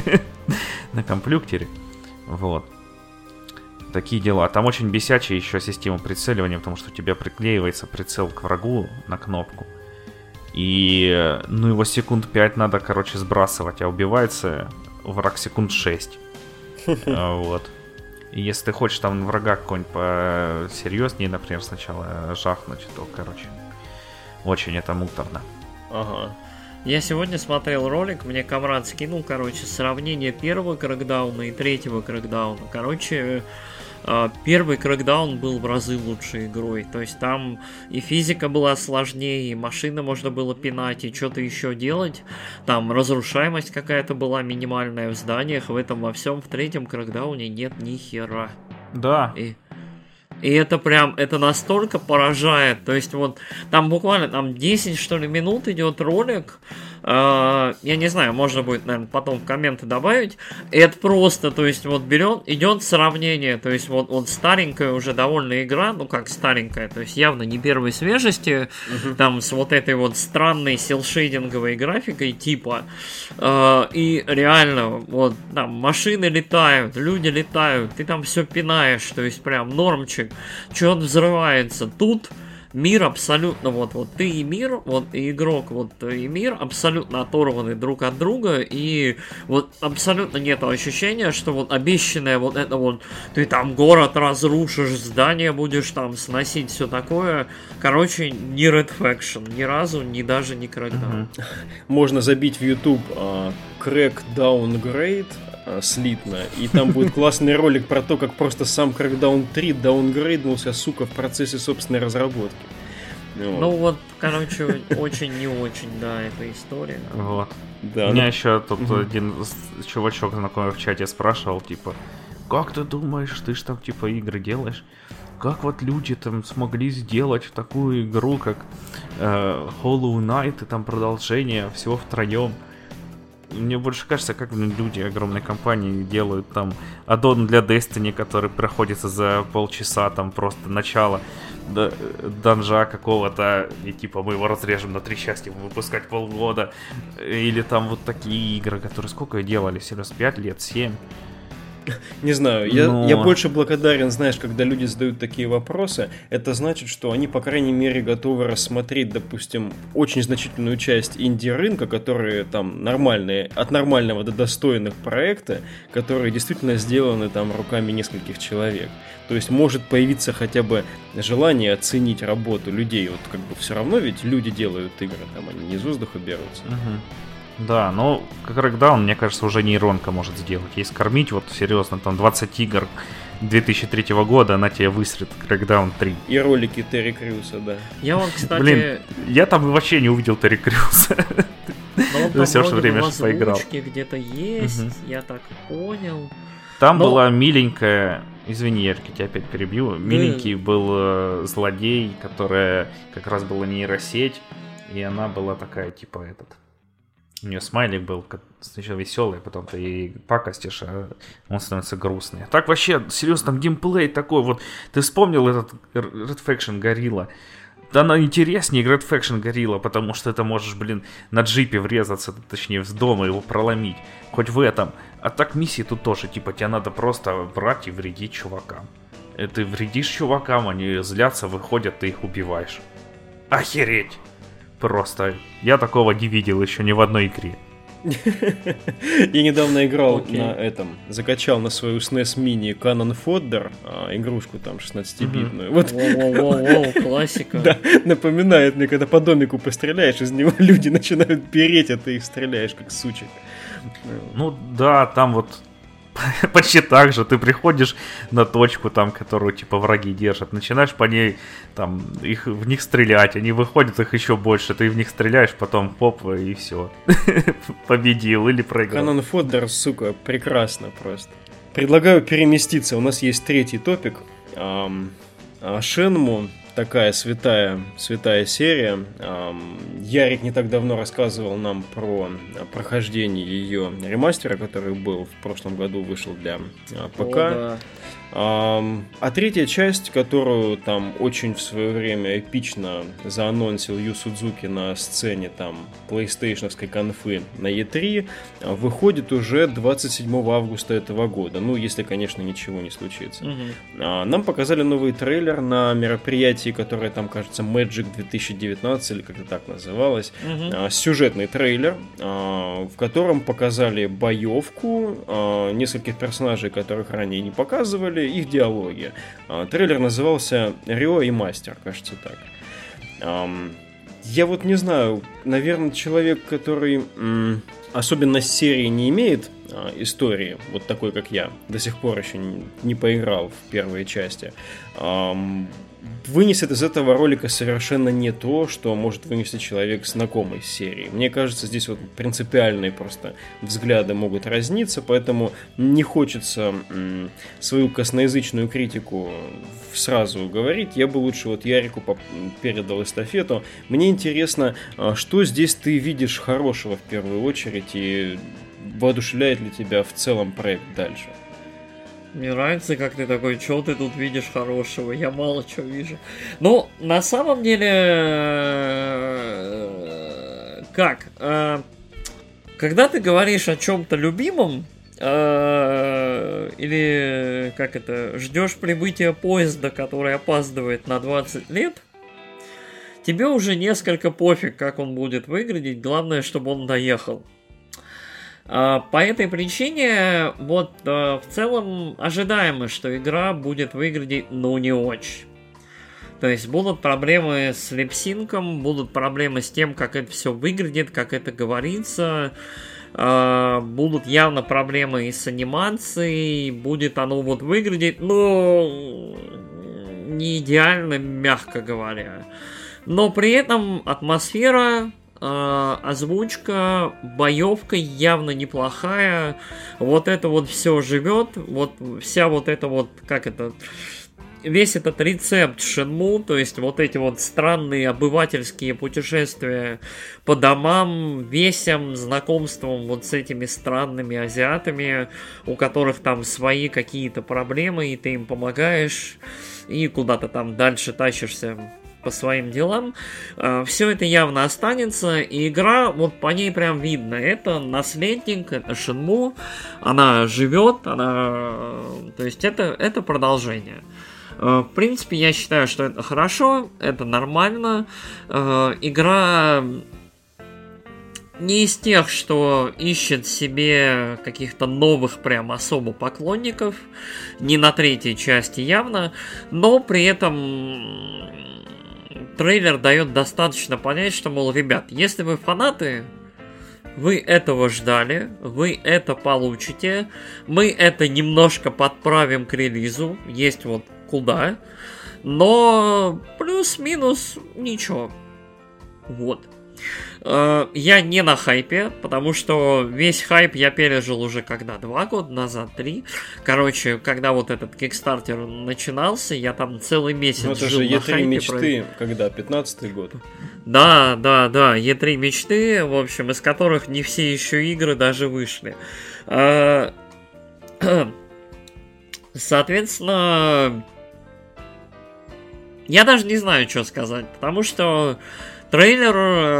на компьютере. Вот. Такие дела. Там очень бесячая еще система прицеливания, потому что у тебя приклеивается прицел к врагу на кнопку. И, ну, его секунд пять надо, короче, сбрасывать, а убивается враг секунд шесть. Вот. И если ты хочешь там врага какой-нибудь посерьезнее, например, сначала жахнуть, то, короче, очень это муторно. Ага. Я сегодня смотрел ролик, мне Камрад скинул, короче, сравнение первого Crackdown и третьего Crackdown. Короче, первый Crackdown был в разы лучшей игрой. То есть там и физика была сложнее, и машины можно было пинать, и что-то еще делать. Там разрушаемость какая-то была минимальная в зданиях. В этом во всем в третьем Crackdown нет ни хера. Да. И... И это прям, это настолько поражает. То есть вот там буквально там десять что ли минут идет ролик. Э, я не знаю, можно будет, наверное, потом в комменты добавить. И это просто, то есть вот берет, идет сравнение. То есть вот, вот старенькая уже довольно игра, ну как старенькая, то есть явно не первой свежести. Uh-huh. Там с вот этой вот странной селшейдинговой графикой типа. Э, и реально вот там машины летают, люди летают, ты там все пинаешь. То есть прям нормчик. Что-то взрывается. Тут мир абсолютно, вот, вот ты и мир, вот и игрок, вот и мир абсолютно оторваны друг от друга, и вот абсолютно нет ощущения, что вот обещанное вот это вот, ты там город разрушишь, здание будешь там сносить, все такое. Короче, ни Red Faction, ни разу, ни даже не Crackdown. Можно забить в YouTube uh, Crackdown Grade слитно, и там будет классный ролик про то, как просто сам Crackdown три даунгрейднулся, сука, в процессе собственной разработки. Вот. Ну вот, короче, очень не очень, да, эта история. Вот. Да, У меня ну... еще тут угу. один чувачок знакомый в чате спрашивал, типа, как ты думаешь, ты ж там типа игры делаешь? Как вот люди там смогли сделать такую игру, как э, Hollow Knight и там продолжение всего втроем? Мне больше кажется, как люди огромной компании делают там аддон для Destiny, который проходится за полчаса, там просто начало д- данжа какого-то, и типа мы его разрежем на три части, выпускать полгода. Или там вот такие игры, которые сколько делали, серьезно, пять лет, семь. Не знаю, я, Но... я больше благодарен, знаешь, когда люди задают такие вопросы, это значит, что они, по крайней мере, готовы рассмотреть, допустим, очень значительную часть инди-рынка, которые там нормальные, от нормального до достойных проекта, которые действительно сделаны там руками нескольких человек. То есть может появиться хотя бы желание оценить работу людей. Вот как бы все равно ведь люди делают игры, там они не из воздуха берутся. Угу. Да, но как Crackdown, мне кажется, уже нейронка может сделать. Если кормить, вот серьезно, там двадцать игр две тысячи третьего года, она тебе выстрелит Crackdown три. И ролики Терри Крюса, да. Я вот, кстати... Блин, я там вообще не увидел Терри Крюса. Но все же время поиграл. Где-то есть, угу. Я так понял. Там Но... была миленькая... Извини, я тебя опять перебью. Миленький mm. был э, злодей, которая как раз была нейросеть, и она была такая, типа, этот... У нее смайлик был сначала веселый, потом ты ей пакостишь, а он становится грустный. Так вообще, серьезно, там геймплей такой. Вот ты вспомнил этот Red Faction Gorilla. Да она интереснее Red Faction Gorilla, потому что ты можешь, блин, на джипе врезаться, точнее, с дома его проломить. Хоть в этом. А так миссии тут тоже, типа, тебе надо просто брать и вредить чувакам. И ты вредишь чувакам, они злятся, выходят, ты их убиваешь. Охереть! Просто. Я такого не видел еще ни в одной игре. Я недавно играл okay. на этом, закачал на свою эс эн и эс Mini Cannon Fodder, игрушку там шестнадцатибитную. Вот. Воу-воу-воу, классика. Да, напоминает мне, когда по домику постреляешь, из него люди начинают переть, а ты их стреляешь как сучек. Ну да, там вот почти так же. Ты приходишь на точку, там, которую типа враги держат, начинаешь по ней там их, в них стрелять, они выходят, их еще больше, ты в них стреляешь, потом поп, и все. Победил или проиграл. Cannon Fodder, сука, прекрасно просто. Предлагаю переместиться. У нас есть третий топик. Shenmue. Такая святая, святая серия. Ярик не так давно рассказывал нам про прохождение ее ремастера, который был в прошлом году, вышел для ПК. О, да. А третья часть, которую там очень в свое время эпично заанонсил Ю Судзуки на сцене там PlayStation-овской конфы на и три, выходит уже двадцать седьмого августа этого года. Ну, если, конечно, ничего не случится. Угу. Нам показали новый трейлер на мероприятии, которое там, кажется, Magic две тысячи девятнадцать или как-то так называлось. Угу. Сюжетный трейлер, в котором показали боевку нескольких персонажей, которых ранее не показывали, их диалоги. Трейлер назывался «Рио и Мастер», кажется так. я вот не знаю, наверное, человек, который м, особенно с серии не имеет а, истории, вот такой, как я, до сих пор еще не, не поиграл в первые части, ам, вынесет из этого ролика совершенно не то, что может вынести человек, знакомый с серией. Мне кажется, здесь вот принципиальные просто взгляды могут разниться, поэтому не хочется м, свою косноязычную критику сразу говорить. Я бы лучше вот Ярику поп- передал эстафету. Мне интересно, что здесь ты видишь хорошего в первую очередь и воодушевляет ли тебя в целом проект дальше? Мне нравится, как ты такой, что ты тут видишь хорошего, я мало чего вижу. Ну, на самом деле, как? Когда ты говоришь о чем-то любимом, или, как это, ждешь прибытия поезда, который опаздывает на двадцать лет, тебе уже несколько пофиг, как он будет выглядеть, главное, чтобы он доехал. По этой причине, вот, в целом, ожидаемо, что игра будет выглядеть, ну, не очень. То есть, будут проблемы с липсинком, будут проблемы с тем, как это все выглядит, как это говорится. Будут явно проблемы и с анимацией, будет оно вот выглядеть, ну, не идеально, мягко говоря. Но при этом атмосфера... озвучка, боевка явно неплохая. Вот это вот все живет. Вот вся вот это вот, как это, весь этот рецепт Shenmue, то есть вот эти вот странные обывательские путешествия по домам, весям, знакомством вот с этими странными азиатами, у которых там свои какие-то проблемы, и ты им помогаешь, и куда-то там дальше тащишься по своим делам. Все это явно останется, и игра, вот по ней прям видно, это наследник, это Shenmue, она живет, она, то есть это, это продолжение. В принципе, я считаю, что это хорошо, это нормально. Игра не из тех, что ищет себе каких-то новых прям особо поклонников, не на третьей части явно, но при этом трейлер дает достаточно понять, что, мол, ребят, если вы фанаты, вы этого ждали, вы это получите, мы это немножко подправим к релизу, есть вот куда, но плюс-минус ничего. Вот. Я не на хайпе, потому что весь хайп я пережил уже когда? Два года назад, три. Короче, когда вот этот Kickstarter начинался, я там целый месяц ну, это жил же на и три хайпе. мечты, про... когда? пятнадцатый год? Да, да, да, и три мечты, в общем, из которых не все еще игры даже вышли. Соответственно, я даже не знаю, что сказать, потому что трейлер...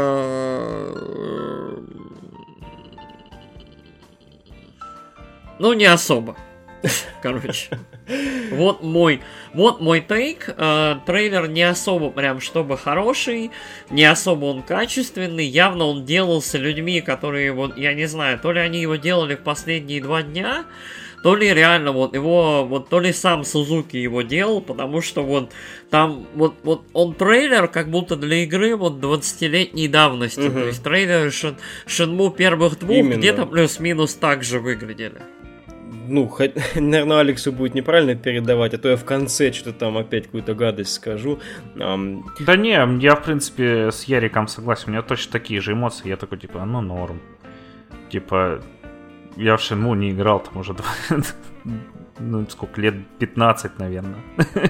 Ну, не особо. Короче. Вот мой, вот мой тейк. Э, трейлер не особо прям чтобы хороший, не особо он качественный. Явно он делался людьми, которые, вот, я не знаю, то ли они его делали в последние два дня, то ли реально вот его, вот то ли сам Сузуки его делал, потому что вот там вот, вот он трейлер как будто для игры вот двадцатилетней давности. Угу. То есть трейлеры Шен, Shenmue первых двух именно где-то плюс-минус так же выглядели. Ну, хоть, наверное, Алексу будет неправильно передавать, а то я в конце что-то там опять какую-то гадость скажу. Um... Да не, я, в принципе, с Яриком согласен. У меня точно такие же эмоции. Я такой, типа, ну, норм. Типа, я в Shenmue не играл там уже, ну, сколько, лет пятнадцать, наверное.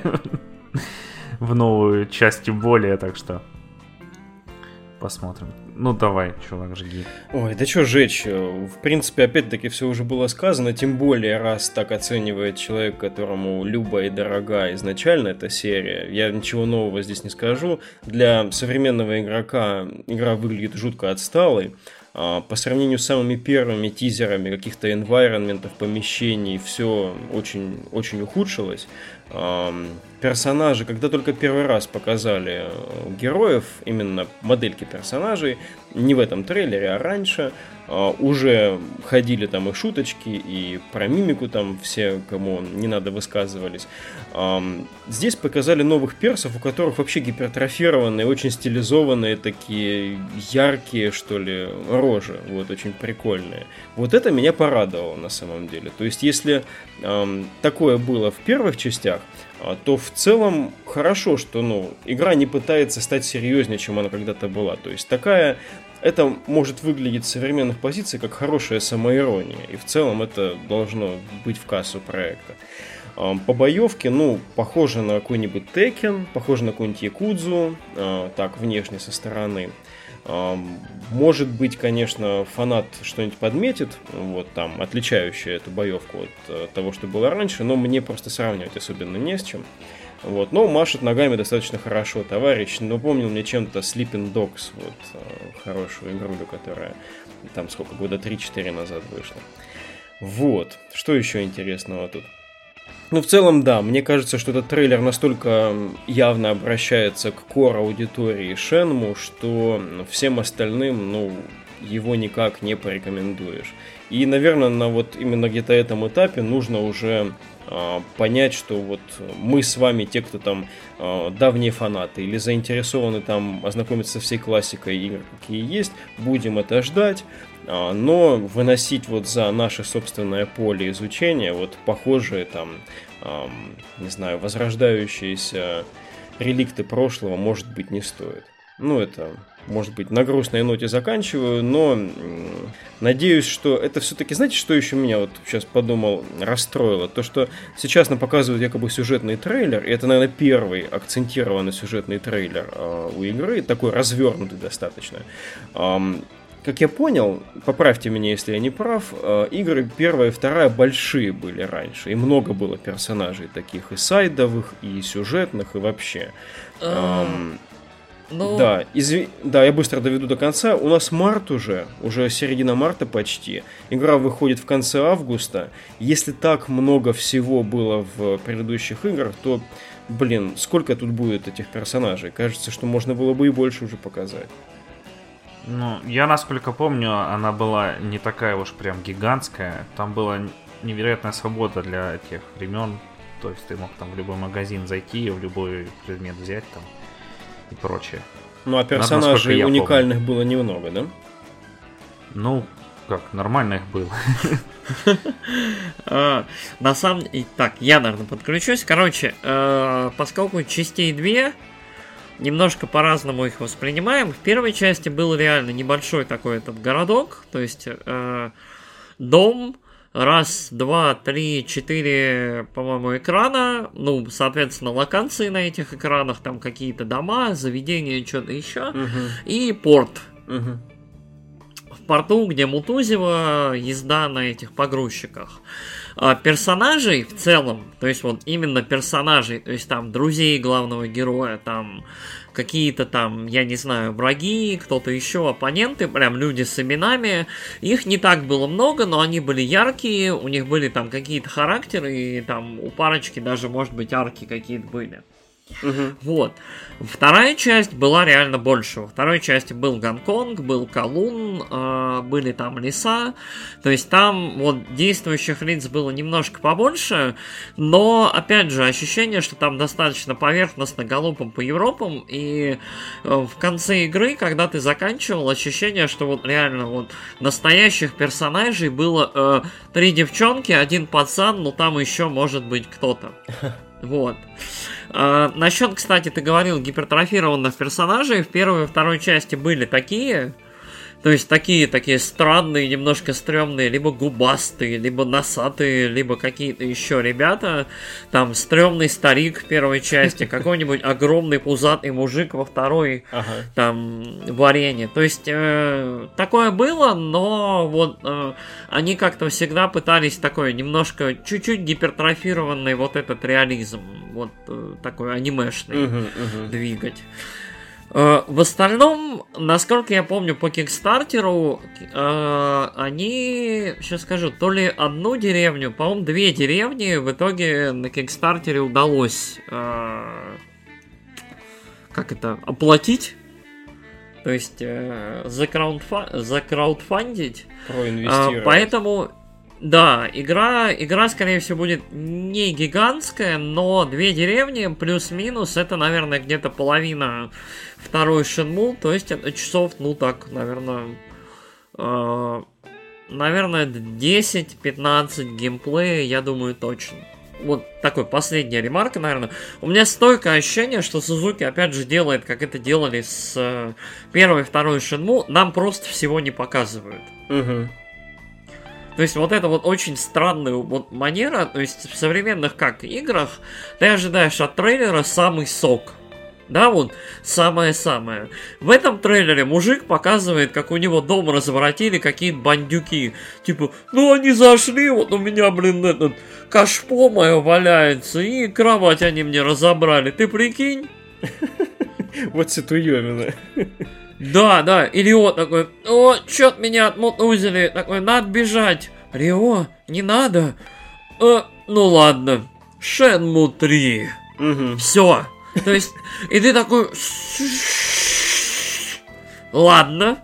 В новую часть тем более, так что посмотрим. Ну давай, чувак, жги. Ой, да что жечь? В принципе, опять-таки все уже было сказано, тем более, раз так оценивает человек, которому люба и дорога изначально эта серия. Я ничего нового здесь не скажу. Для современного игрока игра выглядит жутко отсталой. По сравнению с самыми первыми тизерами каких-то environment'ов, помещений, все очень, очень ухудшилось. Персонажи, когда только первый раз показали героев, именно модельки персонажей, не в этом трейлере, а раньше, уже ходили там и шуточки, и про мимику там все, кому не надо, высказывались. Здесь показали новых персов, у которых вообще гипертрофированные, очень стилизованные, такие яркие, что ли, рожи, вот, очень прикольные. Вот это меня порадовало на самом деле. То есть, если эм, такое было в первых частях, то в целом хорошо, что, ну, игра не пытается стать серьезнее, чем она когда-то была. То есть такая, это может выглядеть с современных позиций как хорошая самоирония. И в целом это должно быть в кассу проекта. По боевке, ну, похоже на какой-нибудь Tekken, похоже на какую-нибудь Якудзу, так, внешне со стороны. Может быть, конечно, фанат что-нибудь подметит, вот там, отличающее эту боевку от того, что было раньше, но мне просто сравнивать особенно не с чем. Вот. Но машет ногами достаточно хорошо товарищ. Напомнил мне чем-то Sleeping Dogs, вот, хорошую игрулю, которая там сколько, года три-четыре назад вышла. Вот. Что еще интересного тут? Ну, в целом, да, мне кажется, что этот трейлер настолько явно обращается к кор-аудитории Shenmue, что всем остальным, ну, его никак не порекомендуешь. И, наверное, на вот именно где-то этом этапе нужно уже э, понять, что вот мы с вами, те, кто там э, давние фанаты или заинтересованы там ознакомиться со всей классикой игр, какие есть, будем это ждать. Но выносить вот за наше собственное поле изучения вот похожие там, эм, не знаю, возрождающиеся реликты прошлого, может быть, не стоит. Ну, это, может быть, на грустной ноте заканчиваю, но м- надеюсь, что это все-таки, знаете, что еще меня вот сейчас подумал, расстроило? То, что сейчас нам показывают якобы сюжетный трейлер, и это, наверное, первый акцентированный сюжетный трейлер э, у игры, такой развернутый достаточно. Эм, Как я понял, поправьте меня, если я не прав, игры первая и вторая большие были раньше, и много было персонажей таких и сайдовых, и сюжетных, и вообще. Um, ну... Да, изв... да, я быстро доведу до конца. У нас март уже, уже середина марта почти. Игра выходит в конце августа. Если так много всего было в предыдущих играх, то, блин, сколько тут будет этих персонажей? Кажется, что можно было бы и больше уже показать. Ну, я, насколько помню, она была не такая уж прям гигантская. Там была невероятная свобода для тех времен. То есть ты мог там в любой магазин зайти, в любой предмет взять там и прочее. Ну, а персонажей уникальных было немного, да? Ну, как, нормально их было. На самом деле... Так, я, наверное, подключусь. Короче, поскольку частей две... Немножко по-разному их воспринимаем. В первой части был реально небольшой такой этот городок, то есть э, дом, раз, два, три, четыре, по-моему, экрана, ну, соответственно, локации на этих экранах, там какие-то дома, заведения, что-то еще, uh-huh. и порт. Uh-huh. В порту, где Мутузева, езда на этих погрузчиках. А персонажей в целом, то есть вот именно персонажей, то есть там друзей главного героя, там какие-то там, я не знаю, враги, кто-то еще, оппоненты, прям люди с именами, их не так было много, но они были яркие, у них были там какие-то характеры, и там у парочки даже, может быть, арки какие-то были. Угу. Вот. Вторая часть была реально больше. Во второй части был Гонконг, был Колун, э, были там леса. То есть там вот действующих лиц было немножко побольше, но опять же ощущение, что там достаточно поверхностно галопом по Европам. И э, в конце игры, когда ты заканчивал, ощущение, что вот реально вот настоящих персонажей было э, три девчонки, один пацан, но там еще может быть кто-то. Вот. А, насчет, кстати, ты говорил гипертрофированных персонажей. В первой и второй части были такие. То есть такие, такие странные, немножко стрёмные, либо губастые, либо носатые, либо какие-то еще ребята. Там стрёмный старик в первой части, какой-нибудь огромный пузатый мужик во второй, ага. Там в арене. То есть э, такое было, но вот э, они как-то всегда пытались такой немножко, чуть-чуть гипертрофированный вот этот реализм, вот э, такой анимешный uh-huh, uh-huh. двигать. В остальном, насколько я помню, по Кикстартеру э, они, сейчас скажу, то ли одну деревню, по-моему, две деревни в итоге на Кикстартере удалось э, как это, оплатить, то есть э, закраудфа- закраудфандить. Проинвестировать. Э, поэтому, да, игра, игра, скорее всего, будет не гигантская, но две деревни плюс-минус, это, наверное, где-то половина второй Shenmue, то есть это часов, ну так, наверное, э, наверное, десять-пятнадцать геймплея, я думаю, точно. Вот такой последняя ремарка, наверное. У меня стойкое ощущение, что Сузуки опять же делает, как это делали с э, первой и второй Shenmue, нам просто всего не показывают. Угу. То есть вот это вот очень странная вот манера, то есть в современных как играх ты ожидаешь от трейлера самый сок. Да, вот, самое-самое. В этом трейлере мужик показывает, как у него дом разворотили какие-то бандюки. Типа, ну они зашли, вот у меня, блин, этот кашпо мое валяется, и кровать они мне разобрали. Ты прикинь? Вот Ситуёмина. Да, да, и Рио такой, о, чё-то меня отмутузили, такой, надо бежать. Рио, не надо. Э, ну ладно, Shenmue три. Угу. Все. То есть, и ты такой... Ладно.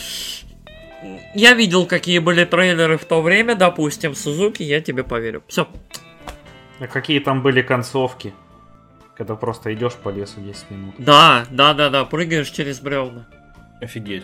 Я видел, какие были трейлеры в то время, допустим, Сузуки, я тебе поверю. Все. А какие там были концовки? Когда просто идешь по лесу десять минут. Да, да, да, да, прыгаешь через бревна. Офигеть.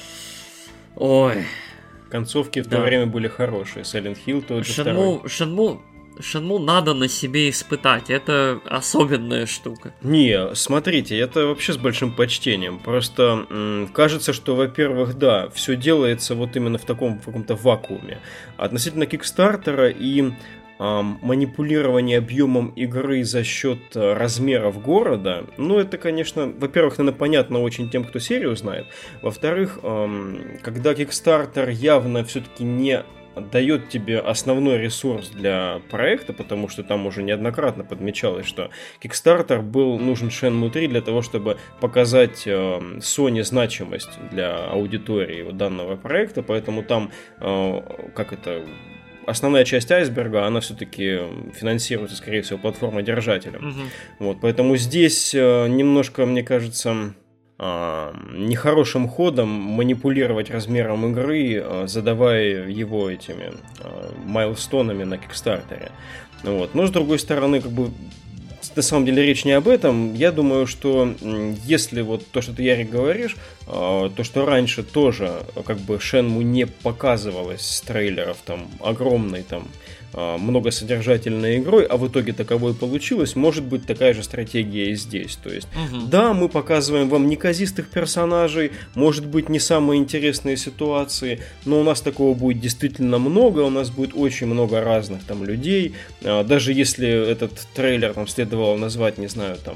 Ой. Концовки в да. то время были хорошие. Silent Hill тот же Shenmue, второй. Shenmue, Shenmue надо на себе испытать. Это особенная штука. Не, смотрите, это вообще с большим почтением. Просто м, кажется, что, во-первых, да, все делается вот именно в таком в каком-то вакууме. Относительно Кикстартера и ам, манипулирования объемом игры за счет а, размеров города, ну, это, конечно, во-первых, наверное, понятно очень тем, кто серию знает. Во-вторых, ам, когда Кикстартер явно все-таки не дает тебе основной ресурс для проекта, потому что там уже неоднократно подмечалось, что Kickstarter был нужен Shenmue три для того, чтобы показать э, Sony значимость для аудитории вот данного проекта, поэтому там, э, как это, основная часть айсберга, она все-таки финансируется, скорее всего, платформодержателем. Угу. Вот, поэтому здесь э, немножко, мне кажется... нехорошим ходом манипулировать размером игры, задавая его этими майлстонами на Кикстартере. Вот. Но с другой стороны, как бы на самом деле речь не об этом. Я думаю, что если вот то, что ты, Ярик, говоришь, то, что раньше тоже как бы Shenmue не показывалось с трейлеров там огромной там многосодержательной игрой, а в итоге таковой получилось, может быть такая же стратегия и здесь. То есть, угу. да, мы показываем вам неказистых персонажей, может быть не самые интересные ситуации, но у нас такого будет действительно много, у нас будет очень много разных там людей, даже если этот трейлер там следовало назвать, не знаю, там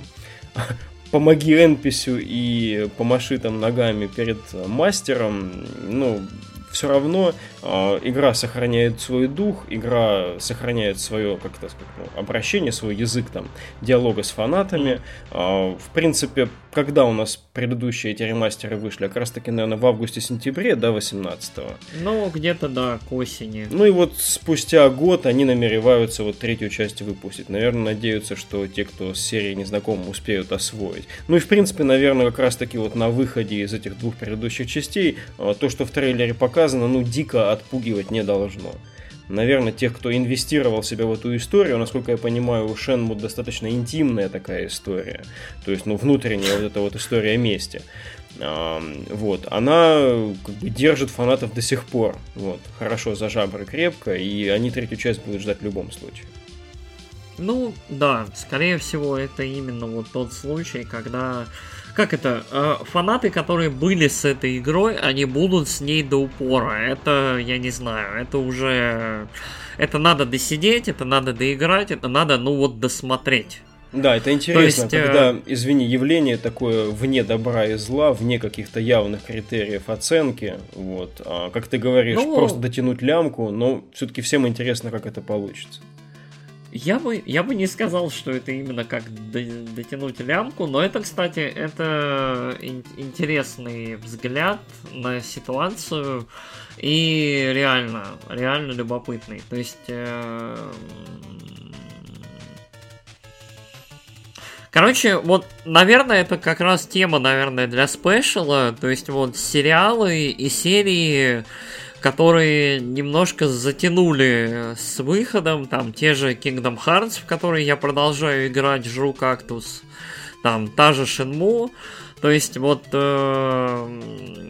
помоги Энписю и помаши там ногами перед мастером, ну, все равно э, игра сохраняет свой дух, игра сохраняет свое, как это сказать, ну, обращение, свой язык там, диалога с фанатами. Э, в принципе, когда у нас предыдущие эти ремастеры вышли? Как раз таки, наверное, в августе-сентябре, да, восемнадцатого. Ну, где-то, да, к осени. Ну и вот спустя год они намереваются вот третью часть выпустить. Наверное, надеются, что те, кто с серией не знакомы, успеют освоить. Ну и, в принципе, наверное, как раз таки вот на выходе из этих двух предыдущих частей э, то, что в трейлере показано, ну, дико отпугивать не должно. Наверное, тех, кто инвестировал себя в эту историю, насколько я понимаю, у Shenmue достаточно интимная такая история. То есть, ну, внутренняя вот эта вот история мести. А, вот. Она как бы держит фанатов до сих пор. Вот. Хорошо за жабры крепко, и они третью часть будут ждать в любом случае. Ну, да, скорее всего, это именно вот тот случай, когда... Как это? Э, фанаты, которые были с этой игрой, они будут с ней до упора. Это, я не знаю, это уже... Это надо досидеть, это надо доиграть, это надо, ну вот, досмотреть. Да, это интересно, есть, когда, э... извини, явление такое вне добра и зла, вне каких-то явных критериев оценки, вот, а, как ты говоришь, ну... просто дотянуть лямку, но все-таки всем интересно, как это получится. Я бы, я бы не сказал, что это именно как дотянуть лямку, но это, кстати, это ин- интересный взгляд на ситуацию и реально, реально любопытный. То есть... Э- Короче, вот, наверное, это как раз тема, наверное, для спешала. То есть вот сериалы и серии, которые немножко затянули с выходом, там те же Kingdom Hearts, в которые я продолжаю играть, жру кактус, там та же Shenmue, то есть вот э,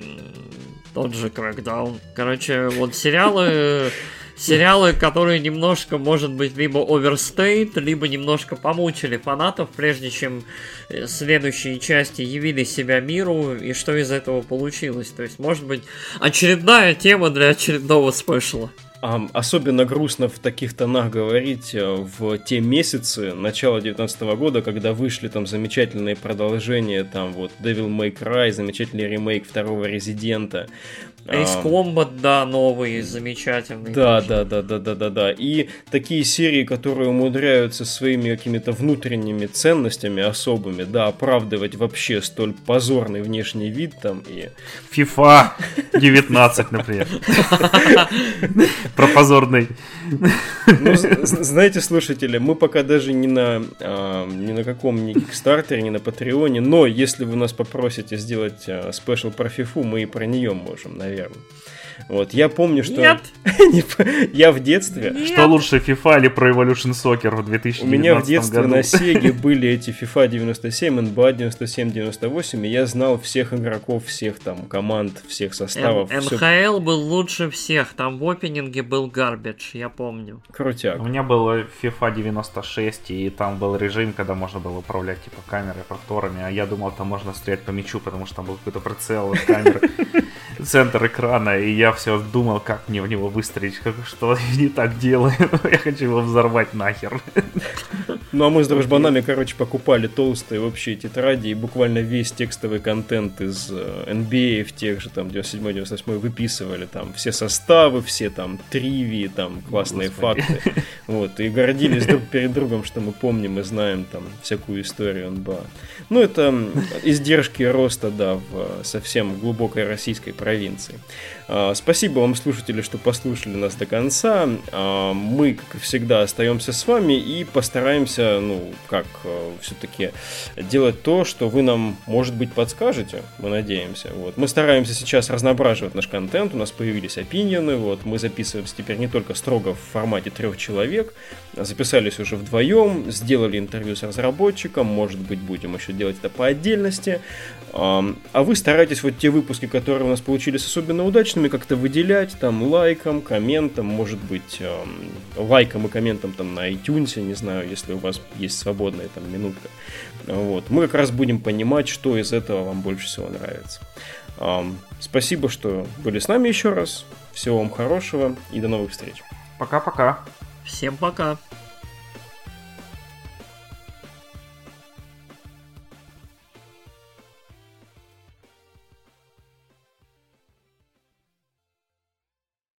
тот же Crackdown. Короче, вот сериалы... Сериалы, которые немножко, может быть, либо оверстейт, либо немножко помучили фанатов, прежде чем следующие части явили себя миру, и что из этого получилось. То есть, может быть, очередная тема для очередного спешла. Um, особенно грустно в таких тонах говорить в те месяцы начала девятнадцатого года, когда вышли там замечательные продолжения, там вот Devil May Cry, замечательный ремейк второго Резидента. Ace Combat, да, новый, замечательный. Да, да, да, да, да, да, да. И такие серии, которые умудряются своими какими-то внутренними ценностями особыми, да, оправдывать вообще столь позорный внешний вид там и... FIFA девятнадцать, например. Про позорный. Ну, знаете, слушатели, мы пока даже не на, а, ни на каком ни Кикстартере, ни на Патреоне, но если вы нас попросите сделать а, спешл про фифу, мы и про нее можем, наверное. Вот, я помню, что... Нет! Я в детстве... Нет. Что лучше, FIFA или Pro Evolution Soccer в две тысячи девятнадцатом году? У меня в детстве на Сеге были эти FIFA девяносто семь, эн би эй девяносто семь девяносто восемь, и я знал всех игроков, всех там команд, всех составов. эн ха эл был лучше всех, там в опенинге был гарбидж, я помню. Крутяк. У меня было FIFA девяносто шесть, и там был режим, когда можно было управлять типа камерой, повторами, а я думал, там можно стрелять по мячу, потому что там был какой-то прицел камеры, центр экрана, и я все думал, как мне в него выстрелить, как, что я не так делаю, я хочу его взорвать нахер. Ну а мы с дружбанами, короче, покупали толстые общие тетради и буквально весь текстовый контент из эн би эй в тех же там девяносто седьмой девяносто восьмой выписывали, там все составы, все там тривии, там классные Господи. факты, вот, и гордились друг перед другом, что мы помним и знаем там всякую историю эн би эй. Ну это издержки роста, да, в совсем глубокой российской провинции. Спасибо вам, слушатели, что послушали нас до конца. Мы, как и всегда, остаемся с вами и постараемся, ну, как, все-таки делать то, что вы нам, может быть, подскажете, мы надеемся. Вот. Мы стараемся сейчас разноображивать наш контент, у нас появились опиньоны, вот. Мы записываемся теперь не только строго в формате трех человек, записались уже вдвоем, сделали интервью с разработчиком, может быть, будем еще делать это по отдельности. А вы старайтесь вот те выпуски, которые у нас получились особенно удачными, как-то выделять там лайком, комментом, может быть, лайком и комментом там на iTunes, не знаю, если у вас есть свободная там минутка. Вот. Мы как раз будем понимать, что из этого вам больше всего нравится. Спасибо, что были с нами еще раз. Всего вам хорошего и до новых встреч. Пока-пока. Всем пока.